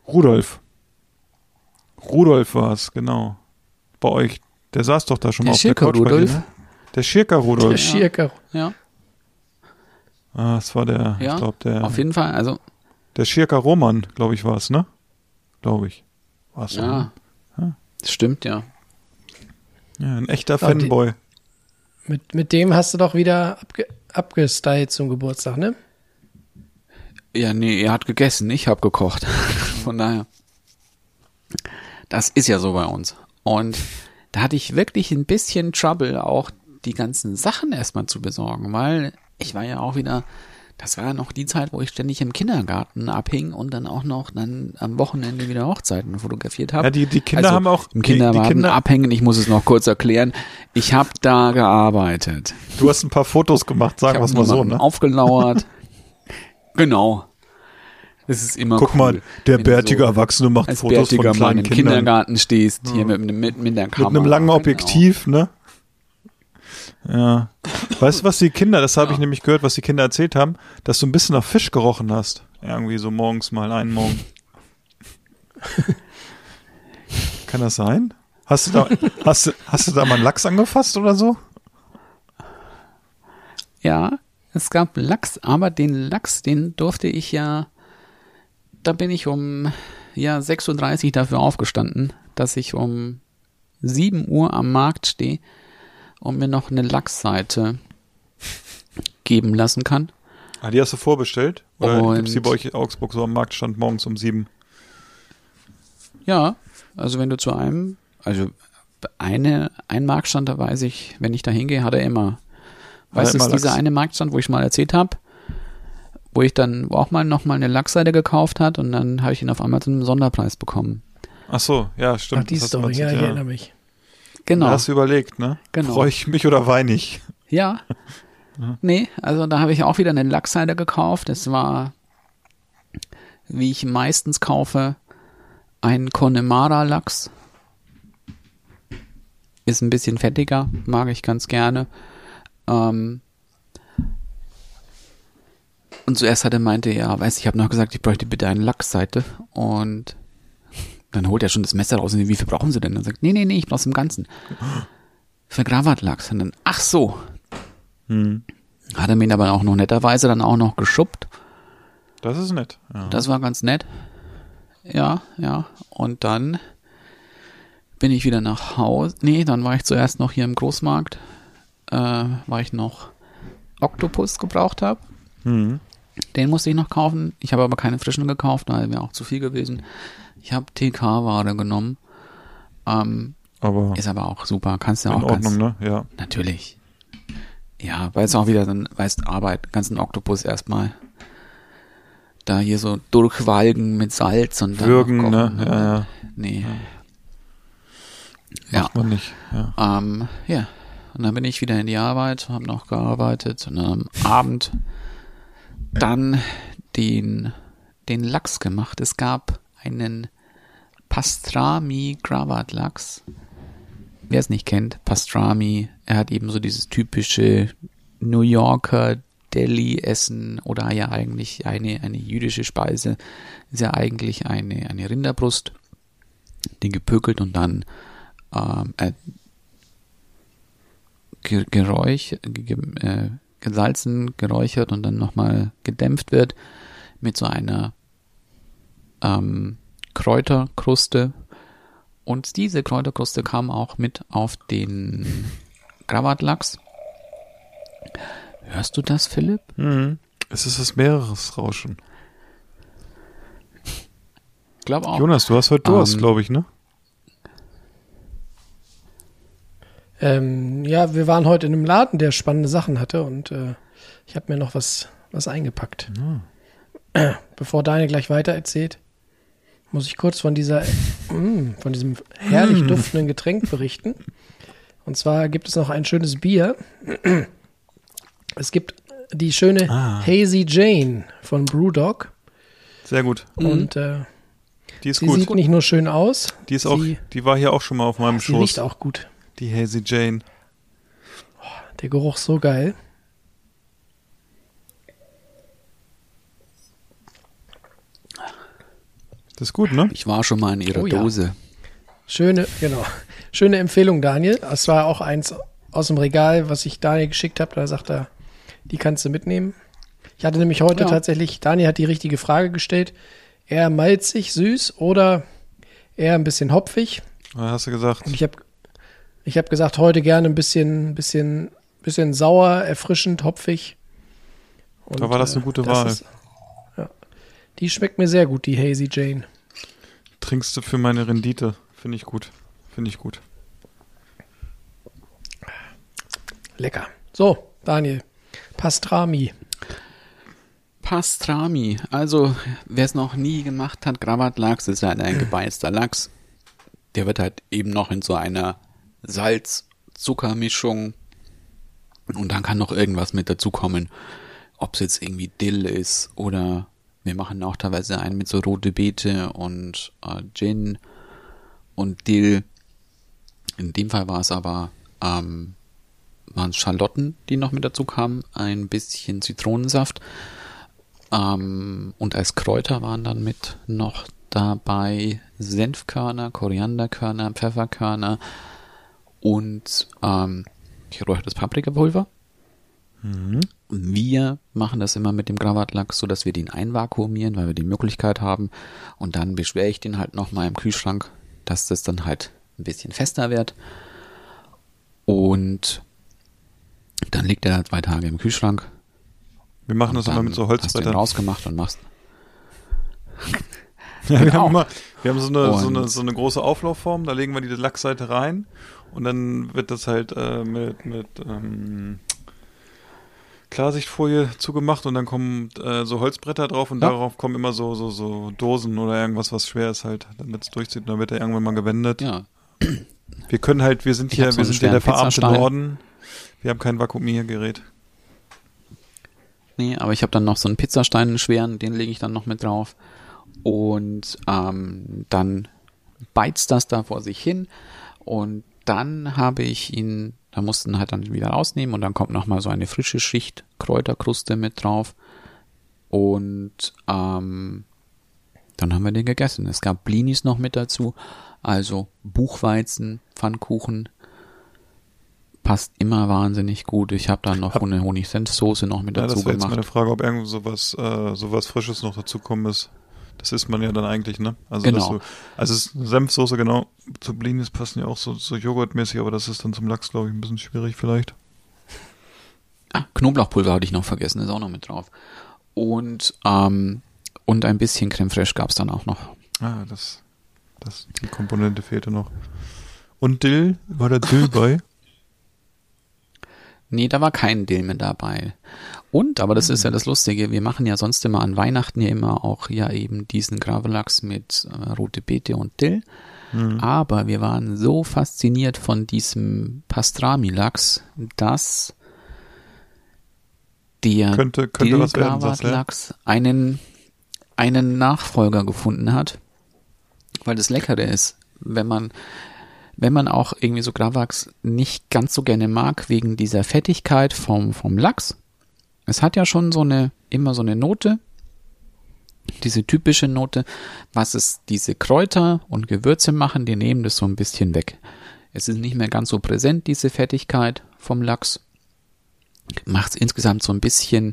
Rudolf. Rudolf war es, genau. Bei euch. Der saß doch da schon mal auf der Couch bei dir, ne? Der Schirker Rudolf. Der Schirker. Ja. Ah, das war der, Ja, ich glaube, der. auf jeden Fall, also, Der Schirker Roman, glaube ich, war es, ne? Glaube ich. War es ja. Das stimmt, ja. Ja, ein echter Fanboy. Mit dem hast du doch wieder abgestylt zum Geburtstag, ne? Ja, nee, er hat gegessen, ich habe gekocht. Von daher. Das ist ja so bei uns. Und da hatte ich wirklich ein bisschen Trouble, auch die ganzen Sachen erstmal zu besorgen, weil ich war ja auch wieder, das war ja noch die Zeit, wo ich ständig im Kindergarten abhing und dann auch noch dann am Wochenende wieder Hochzeiten fotografiert habe. Ja, die Kinder haben auch im Kindergarten die Kinder abhängen. Ich muss es noch kurz erklären. Ich habe da gearbeitet. Du hast ein paar Fotos gemacht, sagen wir es mal so, ne? Aufgelauert. Genau. Das ist immer Guck cool, mal, der wenn du bärtige so Erwachsene macht als Fotos von bärtiger Mann kleinen im Kindern. Kindergarten stehst, hier mit der Kamera. Mit einem langen Genau. Objektiv, ne? Ja. Weißt du, was die Kinder, das habe ich nämlich gehört, was die Kinder erzählt haben, dass du ein bisschen nach Fisch gerochen hast. Irgendwie so morgens mal einen Morgen. Kann das sein? Hast du da mal einen Lachs angefasst oder so? Ja, es gab Lachs, aber den Lachs, den durfte ich ja, da bin ich um 6:30 Uhr dafür aufgestanden, dass ich um 7 Uhr am Markt stehe und mir noch eine Lachsseite geben lassen kann. Ah, die hast du vorbestellt? Oder Und- gibt's die bei euch in Augsburg so am Marktstand morgens um 7? Ja, also wenn du zu einem, also ein Marktstand, da weiß ich, wenn ich da hingehe, hat er immer. Weißt du, immer dieser Lachs. eine Marktstand, wo ich mal erzählt habe, wo ich dann auch mal noch mal eine Lachsseite gekauft hat und dann habe ich ihn auf einmal zu einem Sonderpreis bekommen. Ach so, ja, stimmt. Ach, die das hast du Story, mal ja, ich erzählt, erinnere mich. Genau. Da hast du überlegt, ne? Genau. Freue ich mich oder weine ich? Ja. Nee, also da habe ich auch wieder eine Lachsseite gekauft. Das war, wie ich meistens kaufe, ein Connemara-Lachs. Ist ein bisschen fettiger, mag ich ganz gerne. Und zuerst hat er meinte, ja, ich habe noch gesagt, ich bräuchte bitte eine Lachsseite. Und dann holt er schon das Messer raus und wie viel brauchen Sie denn? Dann sagt, nee, ich brauch's im Ganzen. Für Gravatlachs. Und dann, ach so. Hat er mir aber auch noch netterweise dann auch noch geschuppt. Das ist nett. Ja. Das war ganz nett. Ja. Und dann bin ich wieder nach Hause. Nee, dann war ich zuerst noch hier im Großmarkt, weil ich noch Oktopus gebraucht habe. Mhm. Den musste ich noch kaufen. Ich habe aber keine frischen gekauft, weil mir auch zu viel gewesen. Ich habe TK-Ware genommen. Aber Ist aber auch super. Kannst du in auch Ordnung, ganz, ne? Ja. Natürlich. Ja, weil es auch wieder dann, weißt, Arbeit, ganzen Oktopus erstmal da hier so durchwalgen mit Salz und dann Würgen, noch ne? kochen. Ja. Nee. Ja. Macht man nicht. Ja. Ja. Und dann bin ich wieder in die Arbeit, habe noch gearbeitet und dann am Abend dann den Lachs gemacht. Es gab einen Pastrami Gravatlachs. Wer es nicht kennt, Pastrami, er hat eben so dieses typische New Yorker Deli-Essen oder ja eigentlich eine jüdische Speise. Ist ja eigentlich eine Rinderbrust, die gepökelt und dann gesalzen, geräuchert und dann nochmal gedämpft wird mit so einer Kräuterkruste. Und diese Kräuterkruste kam auch mit auf den Gravatlachs. Hörst du das, Philipp? Mhm. Es ist das Meeresrauschen. Ich glaube auch. Jonas, du hast heute Durst, glaube ich, ne? Ja, wir waren heute in einem Laden, der spannende Sachen hatte und ich habe mir noch was eingepackt. Bevor Daniel gleich weiter erzählt, muss ich kurz von diesem herrlich duftenden Getränk berichten. Und zwar gibt es noch ein schönes Bier. Es gibt die schöne Hazy Jane von Brewdog. Sehr gut. Und Die ist sie gut. sieht nicht nur schön aus, Die ist auch, die war hier auch schon mal auf meinem sie riecht Schoß. auch gut. Die Hazy Jane. Der Geruch ist so geil. Das ist gut, ne? Ich war schon mal in ihrer Dose. Schöne Empfehlung, Daniel. Es war auch eins aus dem Regal, was ich Daniel geschickt habe. Da sagt er, die kannst du mitnehmen. Ich hatte nämlich heute tatsächlich, Daniel hat die richtige Frage gestellt. Eher malzig, süß oder eher ein bisschen hopfig? Was hast du gesagt? Und ich hab gesagt, heute gerne ein bisschen sauer, erfrischend, hopfig. Und, da war das eine gute Wahl. Die schmeckt mir sehr gut, die Hazy Jane. Trinkst du für meine Rendite. Finde ich gut. Lecker. So, Daniel. Pastrami. Also, wer es noch nie gemacht hat, Gravatlachs ist halt ein gebeißter Lachs. Der wird halt eben noch in so einer Salz-Zucker-Mischung und dann kann noch irgendwas mit dazukommen. Ob es jetzt irgendwie Dill ist oder wir machen auch teilweise einen mit so rote Beete und Gin und Dill. In dem Fall war es aber waren es Schalotten, die noch mit dazu kamen, ein bisschen Zitronensaft und als Kräuter waren dann mit noch dabei Senfkörner, Korianderkörner, Pfefferkörner und geräuchertes Paprikapulver. Wir machen das immer mit dem Gravatlachs, so dass wir den einvakuumieren, weil wir die Möglichkeit haben. Und dann beschwere ich den halt nochmal im Kühlschrank, dass das dann halt ein bisschen fester wird. Und dann liegt er 2 Tage im Kühlschrank. Wir machen das immer mit so Holzbrettern. Hast du ihn rausgemacht und machst. Ja, wir haben so eine große Auflaufform, da legen wir die Lachsseite rein und dann wird das halt mit Klarsichtfolie zugemacht und dann kommen so Holzbretter drauf und darauf kommen immer so Dosen oder irgendwas, was schwer ist halt, damit es durchzieht und dann wird er irgendwann mal gewendet. Ja. Wir sind hier der verarmte Norden. Wir haben kein Vakuumiergerät. Nee, aber ich habe dann noch so einen Pizzastein, einen schweren, den lege ich dann noch mit drauf. Und dann beizt das da vor sich hin und dann habe ich ihn, da mussten halt dann wieder rausnehmen und dann kommt nochmal so eine frische Schicht Kräuterkruste mit drauf und dann haben wir den gegessen. Es gab Blinis noch mit dazu, also Buchweizen, Pfannkuchen, passt immer wahnsinnig gut. Ich habe dann noch eine Honig-Senf-Soße noch mit dazu gemacht. Das wäre jetzt meine Frage, ob irgend sowas Frisches noch dazukommen ist. Das isst man ja dann eigentlich, ne? Also genau. Es ist Senfsoße, genau. Zu Blinis passen ja auch so joghurtmäßig, aber das ist dann zum Lachs, glaube ich, ein bisschen schwierig vielleicht. Knoblauchpulver hatte ich noch vergessen, ist auch noch mit drauf. Und ein bisschen Creme Fraiche gab es dann auch noch. Die Komponente fehlte noch. Und Dill? War da Dill bei? Nee, da war kein Dill mit dabei. Aber das ist ja das Lustige, wir machen ja sonst immer an Weihnachten ja immer auch ja eben diesen Gravlax mit rote Beete und Dill. Aber wir waren so fasziniert von diesem Pastrami-Lachs, dass der Dill-Gravatlachs einen Nachfolger gefunden hat, weil das Leckere ist, wenn man auch irgendwie so Gravlax nicht ganz so gerne mag, wegen dieser Fettigkeit vom Lachs. Es hat ja schon immer so eine Note, diese typische Note, was es diese Kräuter und Gewürze machen, die nehmen das so ein bisschen weg. Es ist nicht mehr ganz so präsent, diese Fettigkeit vom Lachs. Macht es insgesamt so ein bisschen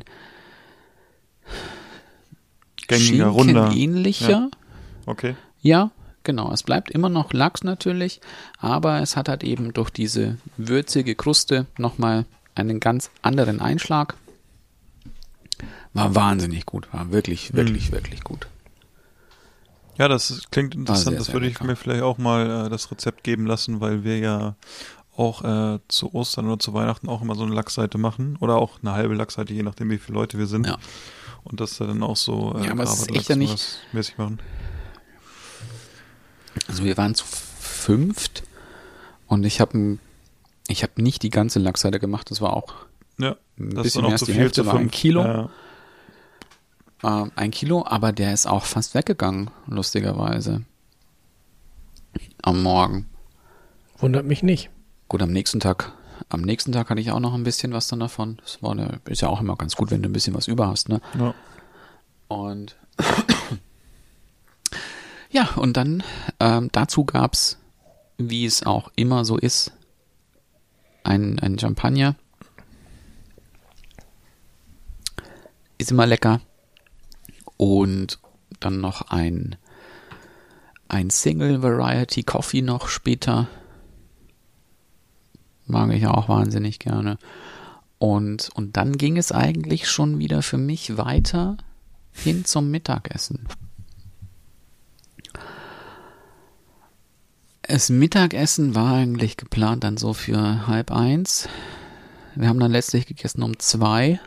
gängiger, runder. Ähnlicher. Ja. Okay. Ja, genau. Es bleibt immer noch Lachs natürlich, aber es hat halt eben durch diese würzige Kruste nochmal einen ganz anderen Einschlag. War wahnsinnig gut, war wirklich, wirklich, wirklich gut. Ja, das klingt interessant, das würde ich mir vielleicht auch mal das Rezept geben lassen, weil wir ja auch zu Ostern oder zu Weihnachten auch immer so eine Lachsseite machen oder auch eine halbe Lachsseite, je nachdem wie viele Leute wir sind. Ja. Und das dann auch so aber es ist echt ja nicht mäßig machen. Also wir waren zu 5 und ich habe nicht die ganze Lachsseite gemacht, das war auch ein bisschen mehr als die Hälfte, war 1 Kilo. Ja. 1 Kilo, aber der ist auch fast weggegangen, lustigerweise. Am Morgen. Wundert mich nicht. Gut, am nächsten Tag hatte ich auch noch ein bisschen was dann davon. Das ist ja auch immer ganz gut, wenn du ein bisschen was über hast, ne? Ja. Und Ja, und dann dazu gab's, wie es auch immer so ist, ein Champagner. Ist immer lecker. Und dann noch ein Single Variety Coffee noch später. Mag ich auch wahnsinnig gerne. Und dann ging es eigentlich schon wieder für mich weiter hin zum Mittagessen. Das Mittagessen war eigentlich geplant dann so für 12:30. Wir haben dann letztlich gegessen um 2.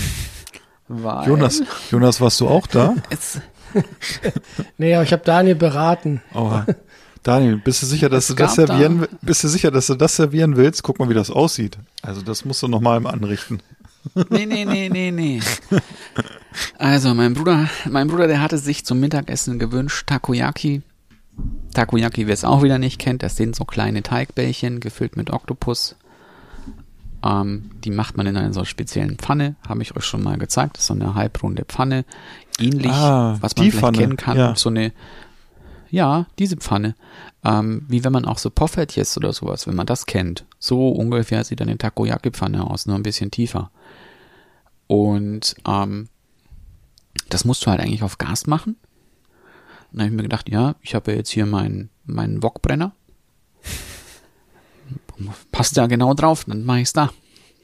Jonas, warst du auch da? Nee, aber ich habe Daniel beraten. Oh, Daniel, bist du sicher, dass du das servieren willst? Guck mal, wie das aussieht. Also das musst du nochmal anrichten. Nee. Also mein Bruder, der hatte sich zum Mittagessen gewünscht Takoyaki. Takoyaki, wer es auch wieder nicht kennt, das sind so kleine Teigbällchen gefüllt mit Oktopus. Die macht man in einer so speziellen Pfanne, habe ich euch schon mal gezeigt. Das ist so eine halbrunde Pfanne, ähnlich, was man vielleicht Pfanne kennen kann. Ja. So eine, diese Pfanne. Wie wenn man auch so Poffertjes oder sowas, wenn man das kennt. So ungefähr sieht eine Takoyaki-Pfanne aus, nur ein bisschen tiefer. Und das musst du halt eigentlich auf Gas machen. Und dann habe ich mir gedacht, ich habe ja jetzt hier meinen Wokbrenner. Passt ja genau drauf, dann mache ich es da.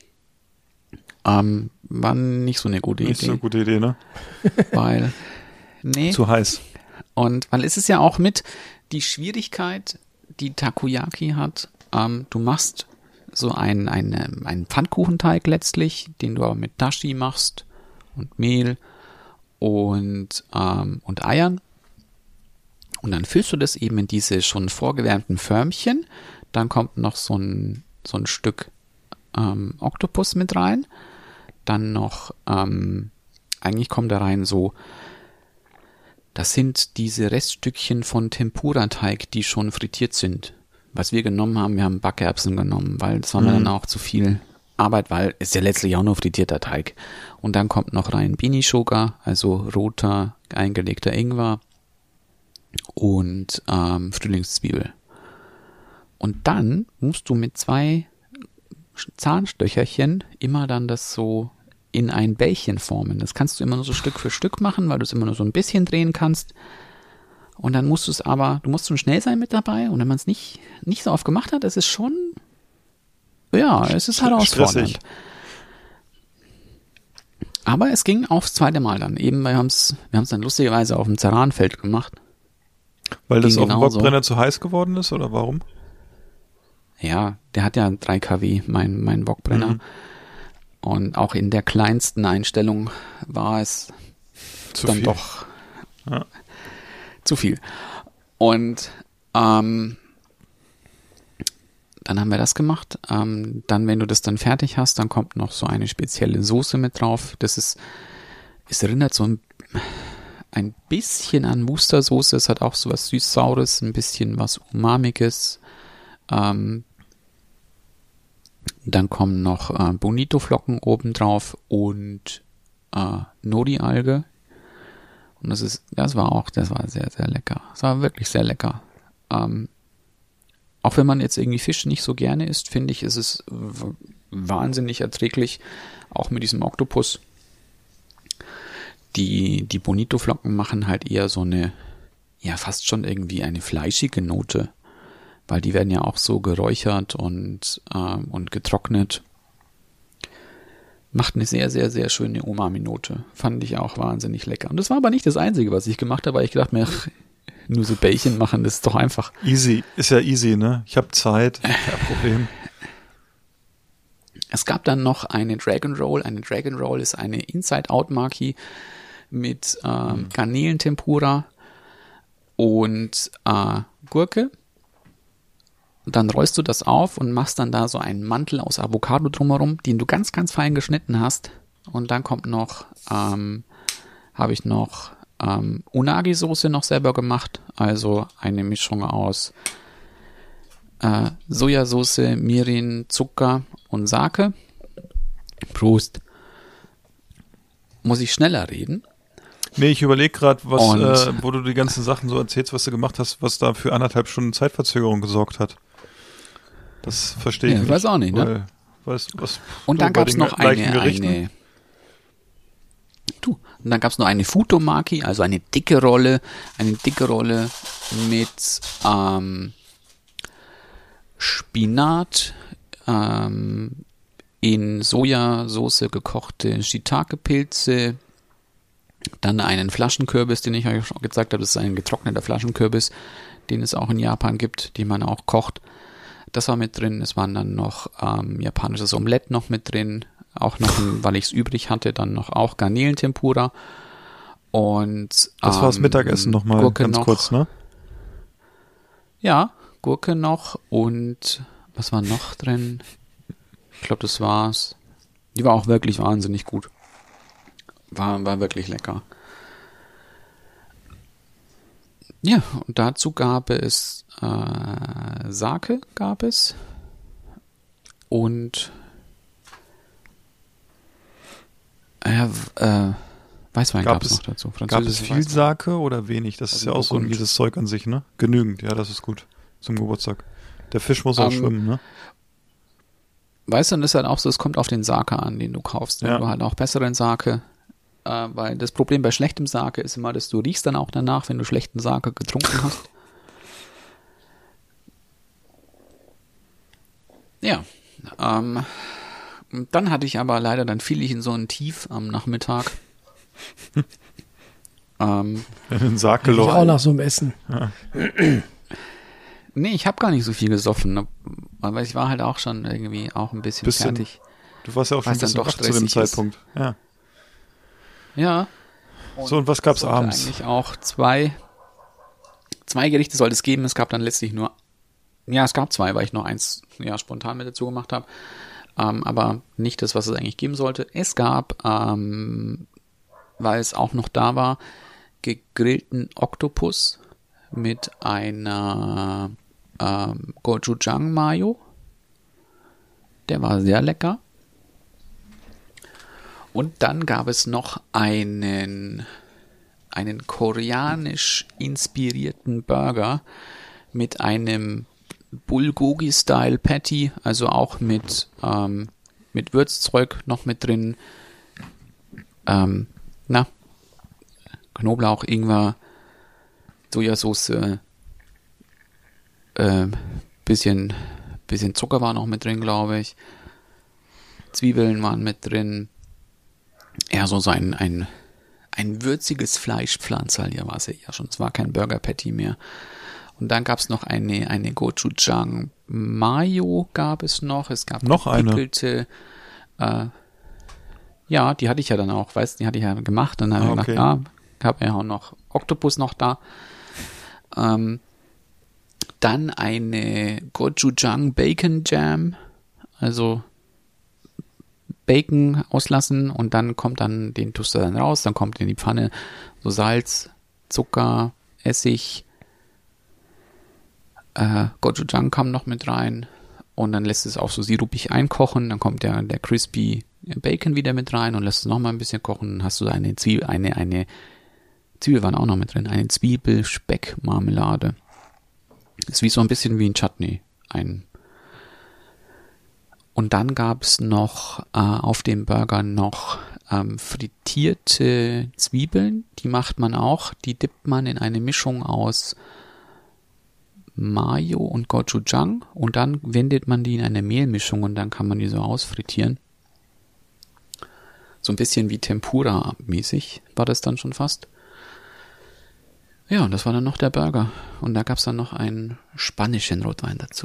War nicht so eine gute Idee. Nicht so eine gute Idee, ne? Weil, zu heiß. Und weil es ist ja auch mit die Schwierigkeit, die Takoyaki hat, du machst so einen Pfannkuchenteig letztlich, den du aber mit Dashi machst und Mehl und Eiern. Und dann füllst du das eben in diese schon vorgewärmten Förmchen. Dann kommt noch so ein Stück Oktopus mit rein. Dann noch, eigentlich kommt da rein so, das sind diese Reststückchen von Tempura-Teig, die schon frittiert sind. Was wir genommen haben, wir haben Backerbsen genommen, weil das war mir dann auch zu viel Arbeit, weil es ja letztlich auch nur frittierter Teig. Und dann kommt noch rein Beanie-Sugar, also roter, eingelegter Ingwer und Frühlingszwiebel. Und dann musst du mit 2 Zahnstöcherchen immer dann das so in ein Bällchen formen. Das kannst du immer nur so Stück für Stück machen, weil du es immer nur so ein bisschen drehen kannst. Und dann musst du musst schon schnell sein mit dabei. Und wenn man es nicht so oft gemacht hat, es ist schon, es ist herausfordernd. Stressig. Aber es ging aufs zweite Mal dann. Eben, wir haben es dann lustigerweise auf dem Ceranfeld gemacht. Weil das auf dem Wokbrenner zu heiß geworden ist, oder warum? Ja, der hat ja 3 kW, mein Wokbrenner. Und auch in der kleinsten Einstellung war es zu dann viel. Doch zu viel. Und dann haben wir das gemacht. Dann, wenn du das dann fertig hast, dann kommt noch so eine spezielle Soße mit drauf. Es erinnert so ein bisschen an Mustersoße. Es hat auch so was Süß-Saures, ein bisschen was Umamiges. Dann kommen noch Bonito-Flocken oben drauf und Nori-Alge. Und das war sehr, sehr lecker. Es war wirklich sehr lecker. Auch wenn man jetzt irgendwie Fisch nicht so gerne isst, finde ich, ist es wahnsinnig erträglich, auch mit diesem Oktopus. Die Bonito-Flocken machen halt eher so eine, fast schon irgendwie eine fleischige Note, weil die werden ja auch so geräuchert und getrocknet. Macht eine sehr, sehr, sehr schöne Umami-Note. Fand ich auch wahnsinnig lecker. Und das war aber nicht das Einzige, was ich gemacht habe, weil ich gedacht mir, nur so Bällchen machen, das ist doch einfach. Easy, ist ja easy, ne? Ich habe Zeit, kein Problem. Es gab dann noch eine Dragon Roll. Eine Dragon Roll ist eine Inside-Out-Maki mit Garnelentempura und Gurke. Dann rollst du das auf und machst dann da so einen Mantel aus Avocado drumherum, den du ganz, ganz fein geschnitten hast. Und dann kommt noch, habe ich noch Unagi-Soße noch selber gemacht. Also eine Mischung aus Sojasauce, Mirin, Zucker und Sake. Prost. Muss ich schneller reden? Nee, ich überlege gerade, wo du die ganzen Sachen so erzählst, was du gemacht hast, was da für 1,5 Stunden Zeitverzögerung gesorgt hat. Das verstehe ich nicht. Ich weiß auch nicht, ne? Und dann gab es noch eine Futomaki, also eine dicke Rolle mit Spinat, in Sojasauce gekochte Shiitake-Pilze, dann einen Flaschenkürbis, den ich euch schon gezeigt habe, das ist ein getrockneter Flaschenkürbis, den es auch in Japan gibt, den man auch kocht. Das war mit drin, es waren dann noch japanisches Omelett noch mit drin, auch noch, weil ich es übrig hatte, dann noch auch Garnelentempura und das war das Mittagessen nochmal ganz kurz, ne? Ja, Gurke noch und was war noch drin? Ich glaube, das war's. Die war auch wirklich wahnsinnig gut. War wirklich lecker. Ja, und dazu gab es Sake und Weißwein gab es noch dazu. Gab es viel Sake oder wenig? Das ist ja auch so ein mieses Zeug an sich, ne? Genügend, ja, das ist gut zum Geburtstag. Der Fisch muss auch schwimmen, ne? Weißt du, dann ist halt auch so, es kommt auf den Sake an, den du kaufst. Wenn du halt auch besseren Sake, weil das Problem bei schlechtem Sake ist immer, dass du riechst dann auch danach, wenn du schlechten Sake getrunken hast. Ja, dann hatte ich aber leider, dann fiel ich in so ein Tief am Nachmittag. Den Sake-Loch. Ich auch nach so einem Essen. Ja. Nee, ich habe gar nicht so viel gesoffen, weil ich war halt auch schon irgendwie auch ein bisschen fertig. Du warst ja auch schon ein bisschen wach zu dem Zeitpunkt. Ja. Ja. So, und was gab's abends? Eigentlich auch zwei Gerichte sollte es geben. Es gab dann letztlich nur, es gab zwei, weil ich noch eins spontan mit dazu gemacht habe. Aber nicht das, was es eigentlich geben sollte. Es gab, weil es auch noch da war, gegrillten Oktopus mit einer Gochujang Mayo. Der war sehr lecker. Und dann gab es noch einen koreanisch inspirierten Burger mit einem Bulgogi-Style Patty, also auch mit Würzzeug noch mit drin. Knoblauch, Ingwer, Sojasauce, bisschen Zucker war noch mit drin, glaube ich. Zwiebeln waren mit drin. Ja, so ein würziges Fleischpflanzerl, ja war es ja schon. Es war kein Burger Patty mehr. Und dann gab es noch eine Gochujang Mayo gab es noch. Es gab noch gepickelte, ja, die hatte ich ja dann auch, weißt du, die hatte ich ja gemacht. Dann habe ich gedacht, gab ja auch noch Oktopus noch da. Dann eine Gochujang Bacon Jam, also Bacon auslassen und dann kommt dann, den tust du dann raus, dann kommt in die Pfanne so Salz, Zucker, Essig, Gochujang kam noch mit rein und dann lässt es auch so sirupig einkochen, dann kommt der crispy Bacon wieder mit rein und lässt es noch mal ein bisschen kochen, dann hast du eine Zwiebel, eine Zwiebel waren auch noch mit drin, eine Zwiebel-Speck-Marmelade. Ist wie so ein bisschen wie ein Chutney, und dann gab es noch auf dem Burger noch frittierte Zwiebeln. Die macht man auch. Die dippt man in eine Mischung aus Mayo und Gochujang. Und dann wendet man die in eine Mehlmischung und dann kann man die so ausfrittieren. So ein bisschen wie Tempura-mäßig war das dann schon fast. Ja, und das war dann noch der Burger. Und da gab es dann noch einen spanischen Rotwein dazu.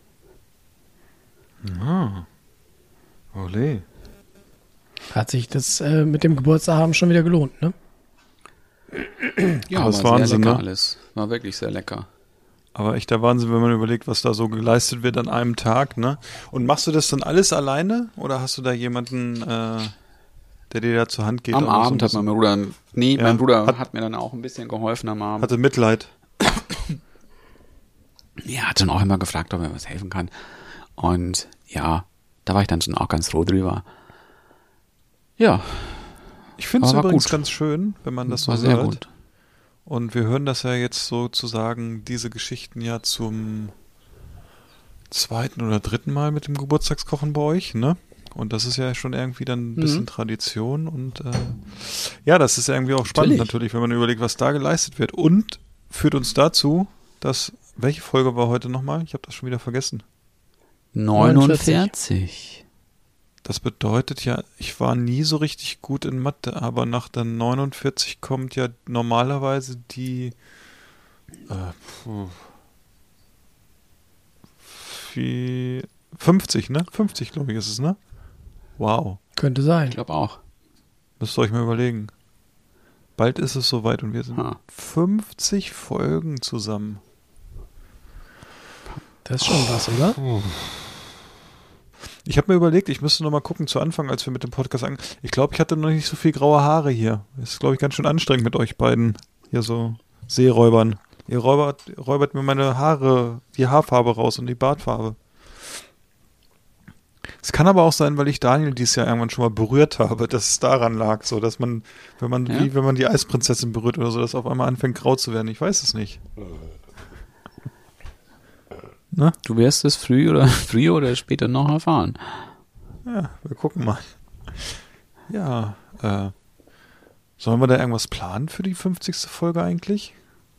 Ah. Olé. Hat sich das mit dem Geburtstag haben schon wieder gelohnt, ne? Ja, das war Wahnsinn, sehr lecker ne? alles. War wirklich sehr lecker. Aber echt der Wahnsinn, wenn man überlegt, was da so geleistet wird an einem Tag, ne? Und machst du das dann alles alleine? Oder hast du da jemanden, der dir da zur Hand geht? Am Abend hat mein Bruder, mein Bruder hat mir dann auch ein bisschen geholfen am Abend. Hatte Mitleid. Ja, hat dann auch immer gefragt, ob er was helfen kann. Und ja, da war ich dann schon auch ganz froh drüber. Ja. Ich finde es Aber übrigens gut. ganz schön, wenn man das so War sehr hört. gut. Und wir hören das ja jetzt sozusagen, diese Geschichten ja zum 2. oder 3. Mal mit dem Geburtstagskochen bei euch, ne? Und das ist ja schon irgendwie dann ein bisschen Tradition und ja, das ist ja irgendwie auch spannend natürlich, wenn man überlegt, was da geleistet wird. Und führt uns dazu, dass, welche Folge war heute nochmal? Ich habe das schon wieder vergessen. 49. Das bedeutet ja, ich war nie so richtig gut in Mathe, aber nach der 49 kommt ja normalerweise die 50, ne? 50, glaube ich, ist es, ne? Wow. Könnte sein. Ich glaube auch. Müsst ihr euch mal überlegen. Bald ist es soweit und wir sind 50 Folgen zusammen. Das ist schon was, oder? Ich habe mir überlegt, ich müsste noch mal gucken zu Anfang, als wir mit dem Podcast angefangen. Ich glaube, ich hatte noch nicht so viel graue Haare hier. Das ist, glaube ich, ganz schön anstrengend mit euch beiden hier so Seeräubern. Ihr räubert mir meine Haare, die Haarfarbe raus und die Bartfarbe. Es kann aber auch sein, weil ich Daniel dieses Jahr irgendwann schon mal berührt habe, dass es daran lag, so dass man, wenn man die Eisprinzessin berührt oder so, dass auf einmal anfängt grau zu werden. Ich weiß es nicht. Ne? Du wirst es früher oder später noch erfahren. Ja, wir gucken mal. Ja, sollen wir da irgendwas planen für die 50. Folge eigentlich?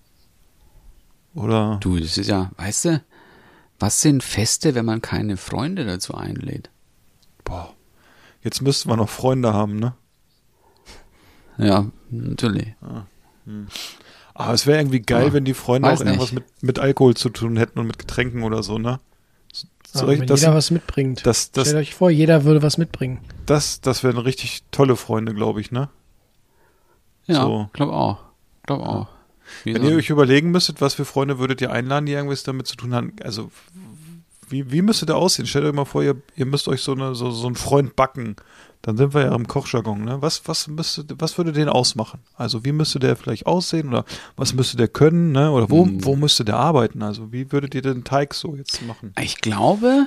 Oder? Du, das ist ja, weißt du, was sind Feste, wenn man keine Freunde dazu einlädt? Boah, jetzt müssten wir noch Freunde haben, ne? Ja, natürlich. Aber es wäre irgendwie geil, wenn die Freunde weiß auch irgendwas mit Alkohol zu tun hätten und mit Getränken oder so, ne? Wenn jeder was mitbringt. Stellt euch vor, jeder würde was mitbringen. Das wären richtig tolle Freunde, glaube ich, ne? Ja, So. glaube auch. Wenn ihr euch überlegen müsstet, was für Freunde würdet ihr einladen, die irgendwas damit zu tun haben, also wie müsste der aussehen? Stellt euch mal vor, ihr müsst euch so einen Freund backen. Dann sind wir ja im Kochjargon, ne? Was würde den ausmachen? Also wie müsste der vielleicht aussehen oder was müsste der können, ne? Oder wo müsste der arbeiten? Also wie würdet ihr den Teig so jetzt machen? Ich glaube,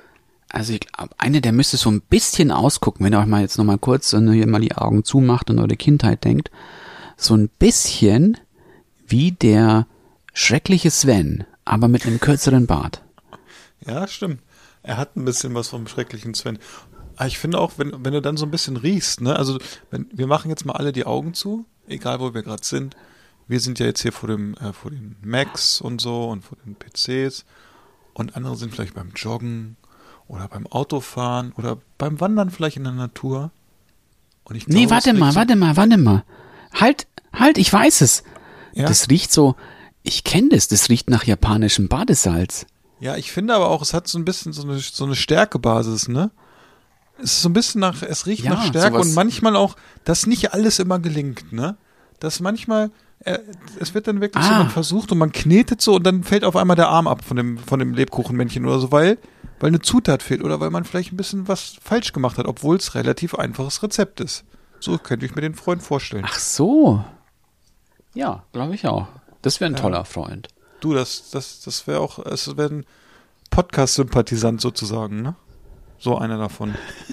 einer, der müsste so ein bisschen ausgucken, wenn ihr euch mal jetzt nochmal kurz hier mal die Augen zumacht und eure Kindheit denkt, so ein bisschen wie der schreckliche Sven, aber mit einem kürzeren Bart. Ja, stimmt. Er hat ein bisschen was vom schrecklichen Sven. Aber ich finde auch, wenn du dann so ein bisschen riechst, ne, also wir machen jetzt mal alle die Augen zu, egal wo wir gerade sind. Wir sind ja jetzt hier vor den Macs und so und vor den PCs und andere sind vielleicht beim Joggen oder beim Autofahren oder beim Wandern vielleicht in der Natur. Und ich glaube, warte mal. Halt, ich weiß es. Ja? Das riecht so, ich kenne das riecht nach japanischem Badesalz. Ja, ich finde aber auch, es hat so ein bisschen so eine Stärkebasis, ne? Es ist so ein bisschen es riecht nach Stärke und manchmal auch, dass nicht alles immer gelingt, ne? Dass manchmal, es wird dann wirklich so, man versucht und man knetet so und dann fällt auf einmal der Arm ab von dem Lebkuchenmännchen oder so, weil eine Zutat fehlt oder weil man vielleicht ein bisschen was falsch gemacht hat, obwohl es relativ einfaches Rezept ist. So könnte ich mir den Freund vorstellen. Ach so. Ja, glaube ich auch. Das wäre ein toller Freund. Du, das wäre auch, es wäre ein Podcast-Sympathisant sozusagen, ne? So einer davon.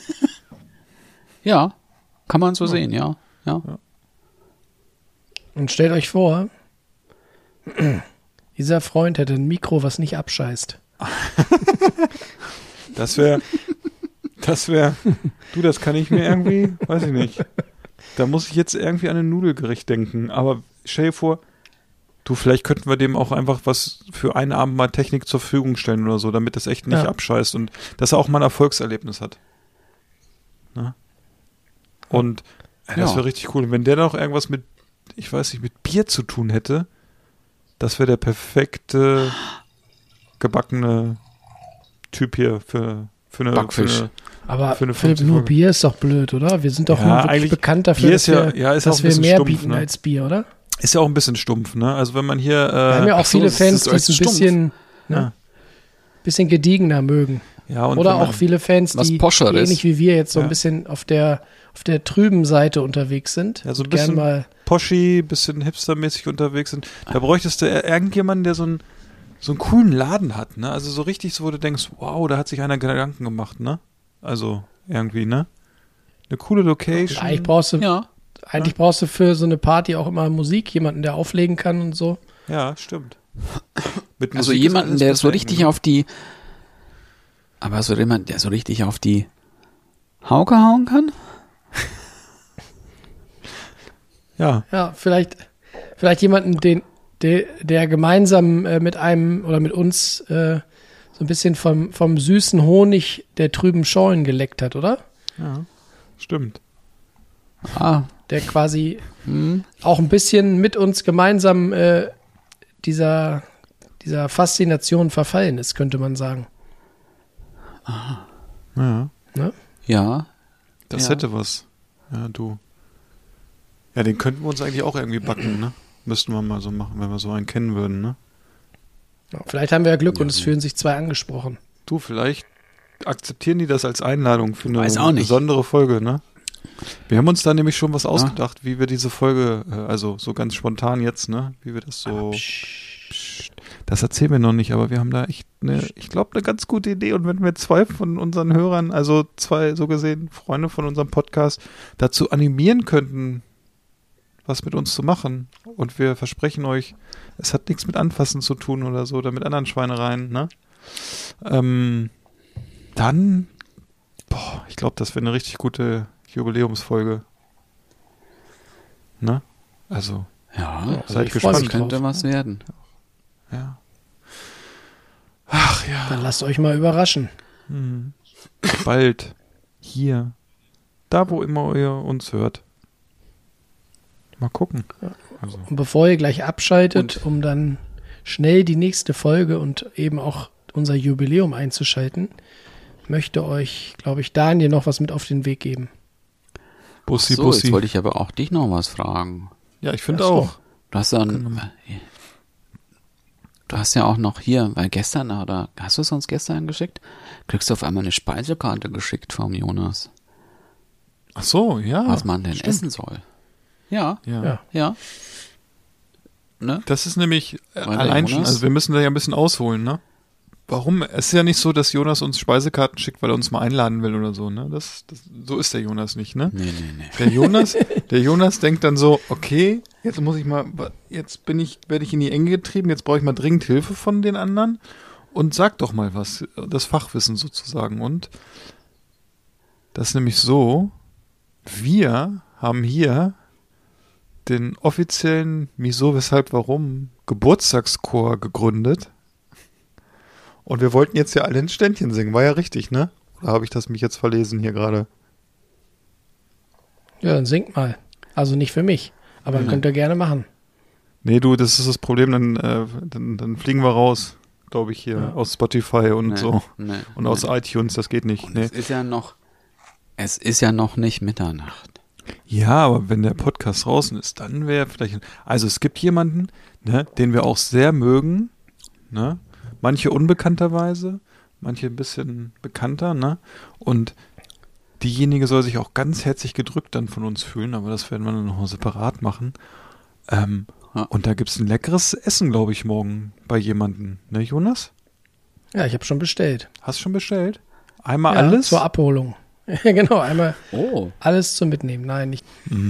Ja, kann man so sehen, ja. Und stellt euch vor, dieser Freund hätte ein Mikro, was nicht abscheißt. Das wäre, du, das kann ich mir irgendwie, weiß ich nicht. Da muss ich jetzt irgendwie an ein Nudelgericht denken, aber stell dir vor, du, vielleicht könnten wir dem auch einfach was für einen Abend mal Technik zur Verfügung stellen oder so, damit das echt nicht abscheißt und dass er auch mal ein Erfolgserlebnis hat. Ne? Und das wäre richtig cool. Und wenn der noch irgendwas mit, ich weiß nicht, mit Bier zu tun hätte, das wäre der perfekte gebackene Typ hier für eine Backfisch. Aber für eine Philipp, nur Bier ist doch blöd, oder? Wir sind doch nur wirklich bekannt dafür, dass wir mehr stumpf, bieten als Bier, oder? Ist ja auch ein bisschen stumpf, ne? Also wenn man hier... wir haben ja auch viele Fans, die es ein bisschen gediegener mögen. Ja, und oder auch viele Fans, die ähnlich wie wir jetzt so ein bisschen auf der trüben Seite unterwegs sind. Ja, so ein bisschen mal Poschi, bisschen hipstermäßig unterwegs sind. Da bräuchtest du irgendjemanden, der so einen coolen Laden hat, ne? Also so richtig so, wo du denkst, wow, da hat sich einer Gedanken gemacht, ne? Also irgendwie, ne? Eine coole Location. Eigentlich brauchst du eigentlich brauchst du für so eine Party auch immer Musik, jemanden, der auflegen kann und so. Ja, stimmt. Mit Also Musik ist jemanden, alles der so besser, richtig ne? auf die, aber so jemand, der so richtig auf die Hauke hauen kann? Ja. Ja, vielleicht jemanden, der gemeinsam mit einem oder mit uns so ein bisschen vom süßen Honig der trüben Schollen geleckt hat, oder? Ja, stimmt. Ah, Der quasi auch ein bisschen mit uns gemeinsam dieser Faszination verfallen ist, könnte man sagen. Ja. Ne? ja. Das Ja. hätte was. Ja, du. Ja, den könnten wir uns eigentlich auch irgendwie backen, ne? Müssten wir mal so machen, wenn wir so einen kennen würden, ne? Ja, vielleicht haben wir ja Glück und es fühlen sich 2 angesprochen. Du, vielleicht akzeptieren die das als Einladung für eine Weiß auch nicht. besondere Folge, ne? Wir haben uns da nämlich schon was ausgedacht, wie wir diese Folge, also so ganz spontan jetzt, ne? Wie wir das so... Psst. Das erzählen wir noch nicht, aber wir haben da echt ich glaube, eine ganz gute Idee. Und wenn wir 2 von unseren Hörern, also 2 so gesehen Freunde von unserem Podcast, dazu animieren könnten, was mit uns zu machen. Und wir versprechen euch, es hat nichts mit Anfassen zu tun oder so, oder mit anderen Schweinereien, ne? Dann, ich glaube, das wäre eine richtig gute Jubiläumsfolge. Ne? Also, Ja, seid ich freu das mich gespannt. könnte was werden. Ja. Ach ja. Dann lasst euch mal überraschen. Bald. Hier. Da, wo immer ihr uns hört. Mal gucken. Also, Und bevor ihr gleich abschaltet, um dann schnell die nächste Folge und eben auch unser Jubiläum einzuschalten, möchte euch, glaube ich, Daniel noch was mit auf den Weg geben. Bussi, So, Bussi. jetzt wollte ich aber auch dich noch was fragen. Ja, ich finde Ach so. auch. Du hast du hast ja auch noch hier, weil gestern, oder hast du es uns gestern geschickt? Kriegst du auf einmal eine Speisekarte geschickt vom Jonas, Ach so, ja. was man denn stimmt. essen soll. Ja, Ja. ja. Ne? Das ist nämlich der allein schon, Jonas? also wir müssen da ja ein bisschen ausholen, ne? Warum? Es ist ja nicht so, dass Jonas uns Speisekarten schickt, weil er uns mal einladen will oder so, ne? So ist der Jonas nicht, ne? Nee. Der Jonas denkt dann so, okay, jetzt werde ich in die Enge getrieben, jetzt brauche ich mal dringend Hilfe von den anderen und sag doch mal was, das Fachwissen sozusagen. Und das ist nämlich so, wir haben hier den offiziellen Wieso, Weshalb, Warum Geburtstagschor gegründet. Und wir wollten jetzt ja alle ein Ständchen singen. War ja richtig, ne? Oder habe ich mich jetzt verlesen hier gerade? Ja, dann singt mal. Also nicht für mich, aber könnt ihr gerne machen. Nee, du, das ist das Problem, dann fliegen wir raus, glaube ich, hier aus Spotify und so. Nee, Und aus iTunes, das geht nicht. Und Nee. es ist ja noch nicht Mitternacht. Ja, aber wenn der Podcast draußen ist, dann wäre vielleicht... Also es gibt jemanden, ne, den wir auch sehr mögen, ne? Manche unbekannterweise, manche ein bisschen bekannter, ne? Und diejenige soll sich auch ganz herzlich gedrückt dann von uns fühlen, aber das werden wir dann noch separat machen. Und da gibt's ein leckeres Essen, glaube ich, morgen bei jemandem, ne, Jonas? Ja, ich habe schon bestellt. Hast schon bestellt? Einmal Ja, alles? zur Abholung. Ja, genau, einmal Oh. alles zum Mitnehmen. Nein, nicht.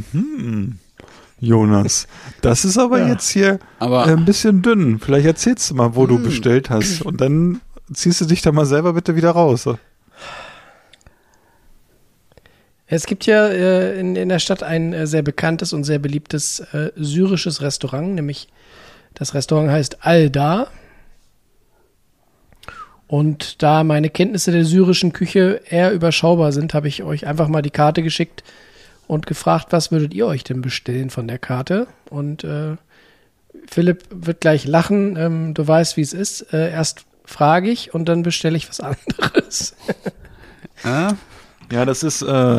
Jonas, das ist aber jetzt hier Aber- ein bisschen dünn. Vielleicht erzählst du mal, wo du bestellt hast. Und dann ziehst du dich da mal selber bitte wieder raus. Es gibt ja in der Stadt ein sehr bekanntes und sehr beliebtes syrisches Restaurant, nämlich das Restaurant heißt Alda. Und da meine Kenntnisse der syrischen Küche eher überschaubar sind, habe ich euch einfach mal die Karte geschickt und gefragt, was würdet ihr euch denn bestellen von der Karte? Und Philipp wird gleich lachen, du weißt, wie es ist. Erst frage ich und dann bestelle ich was anderes. Ja, das ist,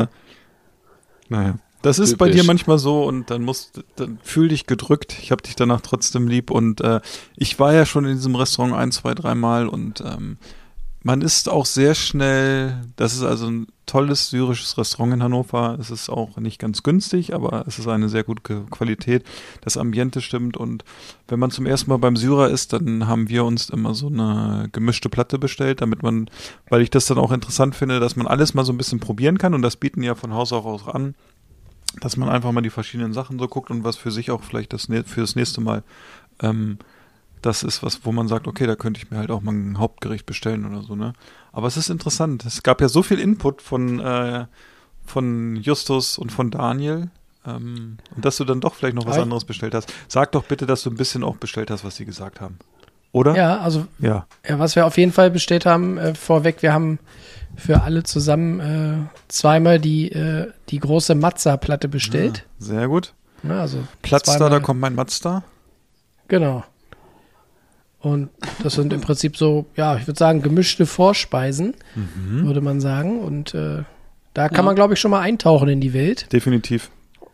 das ist bei Typisch. dir manchmal so und dann fühl dich gedrückt. Ich habe dich danach trotzdem lieb und ich war ja schon in diesem Restaurant 1, 2, 3 Mal und man ist auch sehr schnell, das ist also ein tolles syrisches Restaurant in Hannover. Es ist auch nicht ganz günstig, aber es ist eine sehr gute Qualität. Das Ambiente stimmt und wenn man zum ersten Mal beim Syrer ist, dann haben wir uns immer so eine gemischte Platte bestellt, weil ich das dann auch interessant finde, dass man alles mal so ein bisschen probieren kann und das bieten ja von Haus aus an dass man einfach mal die verschiedenen Sachen so guckt und was für sich auch vielleicht für das nächste Mal das ist was, wo man sagt, okay, da könnte ich mir halt auch mal ein Hauptgericht bestellen oder so, ne? Aber es ist interessant. Es gab ja so viel Input von Justus und von Daniel, und dass du dann doch vielleicht noch was anderes bestellt hast. Sag doch bitte, dass du ein bisschen auch bestellt hast, was sie gesagt haben. Oder? Ja, also ja, was wir auf jeden Fall bestellt haben, vorweg, wir haben für alle zusammen zweimal die große Mazda-Platte bestellt. Ja, sehr gut. Ja, also Platzstar, da kommt mein Mazda. Genau. Und das sind im Prinzip so, ja, ich würde sagen, gemischte Vorspeisen, würde man sagen. Und da kann man, glaube ich, schon mal eintauchen in die Welt. Definitiv.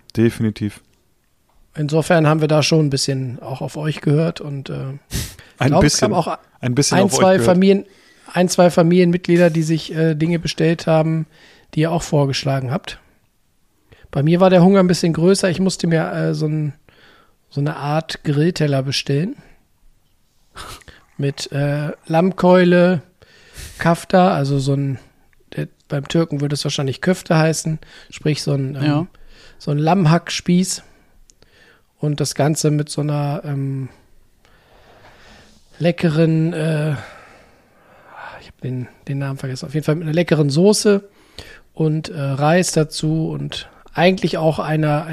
Insofern haben wir da schon ein bisschen auch auf euch gehört und ein bisschen auf euch gehört. Ein, zwei Familienmitglieder, die sich Dinge bestellt haben, die ihr auch vorgeschlagen habt. Bei mir war der Hunger ein bisschen größer. Ich musste mir so eine Art Grillteller bestellen. Mit Lammkeule, Kafta, also beim Türken würde es wahrscheinlich Köfte heißen, sprich so ein Lammhackspieß. Und das Ganze mit so einer leckeren, ich habe den Namen vergessen, auf jeden Fall mit einer leckeren Soße und Reis dazu und eigentlich auch einer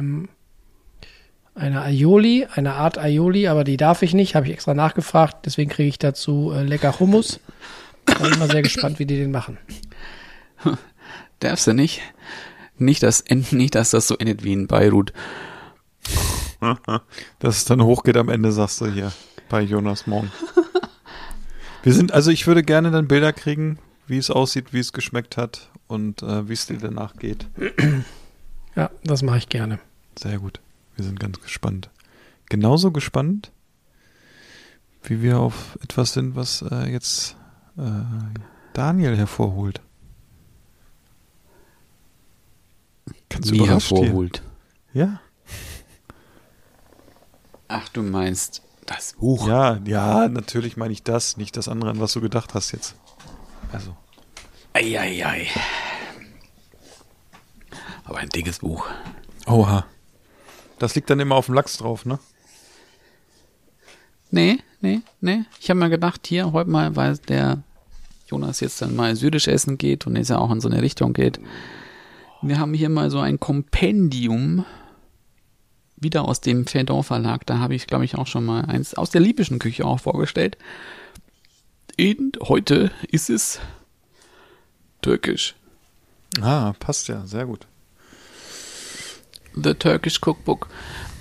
Aioli, eine Art Aioli, aber die darf ich nicht, habe ich extra nachgefragt, deswegen kriege ich dazu lecker Hummus. Da bin ich mal sehr gespannt, wie die den machen. Darfst du nicht? Nicht, dass das so endet wie in Beirut. Dass es dann hochgeht am Ende, sagst du hier bei Jonas morgen. Ich würde gerne dann Bilder kriegen, wie es aussieht, wie es geschmeckt hat und wie es dir danach geht. Ja, das mache ich gerne. Sehr gut. Wir sind ganz gespannt. Genauso gespannt, wie wir auf etwas sind, was jetzt Daniel hervorholt. Kannst du überrascht hervorholt? Ja. Ach, du meinst das Buch? Ja, natürlich meine ich das, nicht das andere, an was du gedacht hast jetzt. Also. Ei. Aber ein dickes Buch. Oha. Das liegt dann immer auf dem Lachs drauf, ne? Nee. Ich habe mir gedacht, hier, heute mal, weil der Jonas jetzt dann mal syrisch essen geht und jetzt ja auch in so eine Richtung geht. Wir haben hier mal so ein Kompendium, wieder aus dem Verdon Verlag. Da habe ich, glaube ich, auch schon mal eins aus der libyschen Küche auch vorgestellt. Und heute ist es türkisch. Ah, passt ja, sehr gut. The Turkish Cookbook.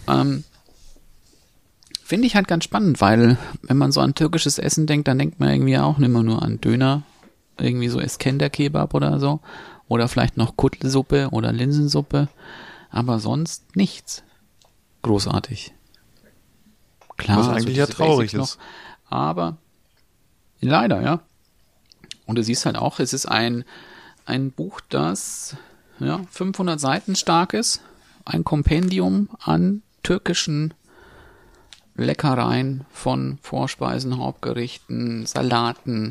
Finde ich halt ganz spannend, weil wenn man so an türkisches Essen denkt, dann denkt man irgendwie auch nicht mehr nur an Döner, irgendwie so Iskender-Kebab oder so, oder vielleicht noch Kuttelsuppe oder Linsensuppe, aber sonst nichts großartig. Klar, was eigentlich ja traurig ist. Noch, aber leider, ja. Und du siehst halt auch, es ist ein Buch, das 500 Seiten stark ist, ein Kompendium an türkischen Leckereien von Vorspeisen, Hauptgerichten, Salaten,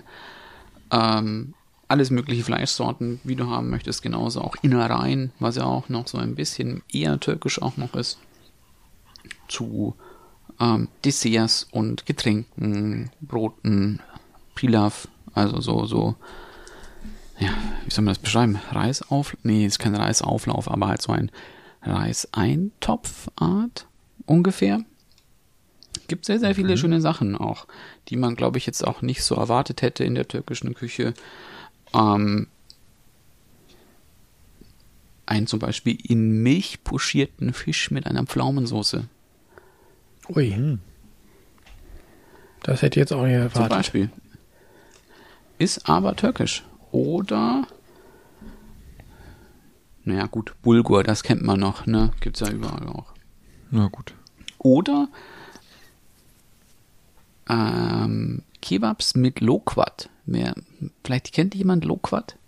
alles mögliche Fleischsorten, wie du haben möchtest, genauso auch Innereien, was ja auch noch so ein bisschen eher türkisch auch noch ist, zu Desserts und Getränken, Broten, Pilaf, also so, ja, wie soll man das beschreiben? Nee, ist kein Reisauflauf, aber halt so ein Reiseintopfart ungefähr. Gibt sehr, sehr viele schöne Sachen auch, die man, glaube ich, jetzt auch nicht so erwartet hätte in der türkischen Küche. Einen zum Beispiel in Milch pochierten Fisch mit einer Pflaumensoße. Ui. Das hätte ich jetzt auch nicht erwartet. Zum Beispiel. Ist aber türkisch. Oder, naja gut, Bulgur, das kennt man noch, ne? Gibt's ja überall auch. Na gut. Oder Kebabs mit Loquat. Vielleicht kennt jemand Loquat?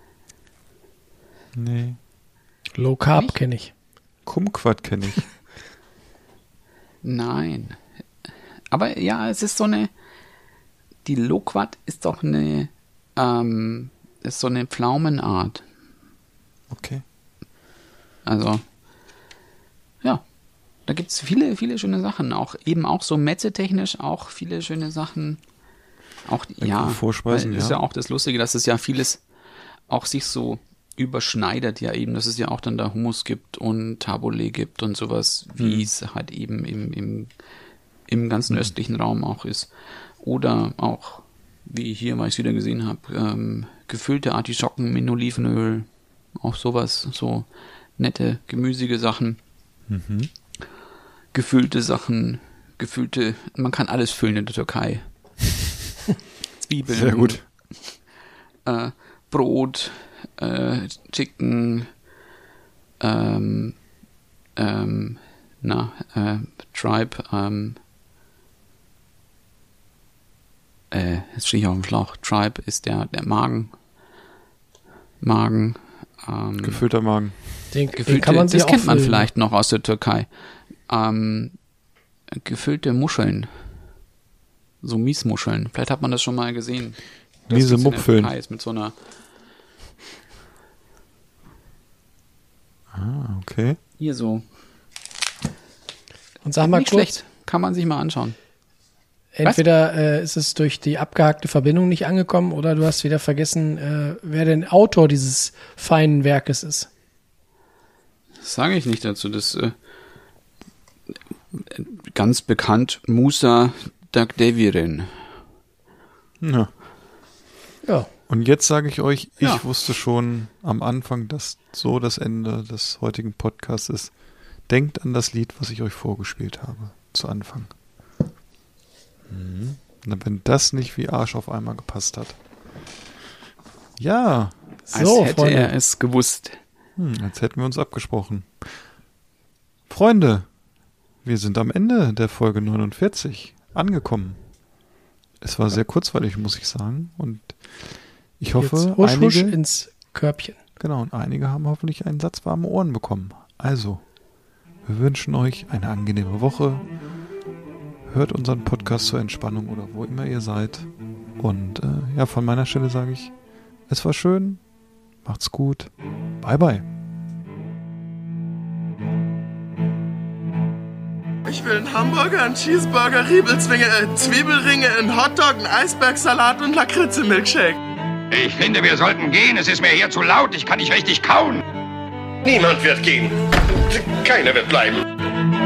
Nee. Low Carb kenne ich. Kumquat kenne ich. Nein. Aber ja, es ist die Loquat ist doch ist so eine Pflaumenart. Okay. Also, ja, da gibt's viele, viele schöne Sachen. Auch so metzetechnisch auch viele schöne Sachen. Auch, ja, Vorspeisen, ist ja auch das Lustige, dass es ja vieles auch sich so überschneidet ja eben, dass es ja auch dann da Hummus gibt und Tabbouleh gibt und sowas, wie es halt eben im ganzen östlichen Raum auch ist. Oder auch, wie hier, weil ich es wieder gesehen habe, gefüllte Artischocken mit Olivenöl, auch sowas, so nette, gemüsige Sachen. Gefüllte Sachen, man kann alles füllen in der Türkei. Zwiebeln. Sehr gut. Brot, Chicken, Tribe, jetzt stehe ich auf dem Schlauch. Tribe ist der Magen. Gefüllter Magen. Den kann man sich das kennt man auffüllen. vielleicht noch aus der Türkei. Gefüllte Muscheln. So Miesmuscheln. Vielleicht hat man das schon mal gesehen. Miese Mupfeln. Ist mit so einer Okay. hier so. Und sag mal Nicht kurz, schlecht. Kann man sich mal anschauen. entweder ist es durch die abgehackte Verbindung nicht angekommen oder du hast wieder vergessen, wer denn Autor dieses feinen Werkes ist. Das sage ich nicht dazu. Das ganz bekannt Musa Dagdeviren. Ja. Ja. Und jetzt sage ich euch, ich Ja. wusste schon am Anfang, dass so das Ende des heutigen Podcasts ist. Denkt an das Lied, was ich euch vorgespielt habe, zu Anfang. Und wenn das nicht wie Arsch auf einmal gepasst hat. Ja, Als So, hätte Freunde. er es gewusst. als hätten wir uns abgesprochen. Freunde, wir sind am Ende der Folge 49 angekommen. Es war sehr kurzweilig, muss ich sagen. Und ich hoffe, Jetzt husch, husch einige, ins Körbchen. genau, und einige haben hoffentlich einen Satz warme Ohren bekommen. Also, wir wünschen euch eine angenehme Woche. Hört unseren Podcast zur Entspannung oder wo immer ihr seid. Und ja, von meiner Stelle sage ich, es war schön. Macht's gut. Bye, bye. Ich will einen Hamburger, einen Cheeseburger, Riebelzwinge, Zwiebelringe, einen Hotdog, einen Eisbergsalat und Lakritze-Milkshake. Ich finde, wir sollten gehen. Es ist mir hier zu laut. Ich kann nicht richtig kauen. Niemand wird gehen. Keiner wird bleiben.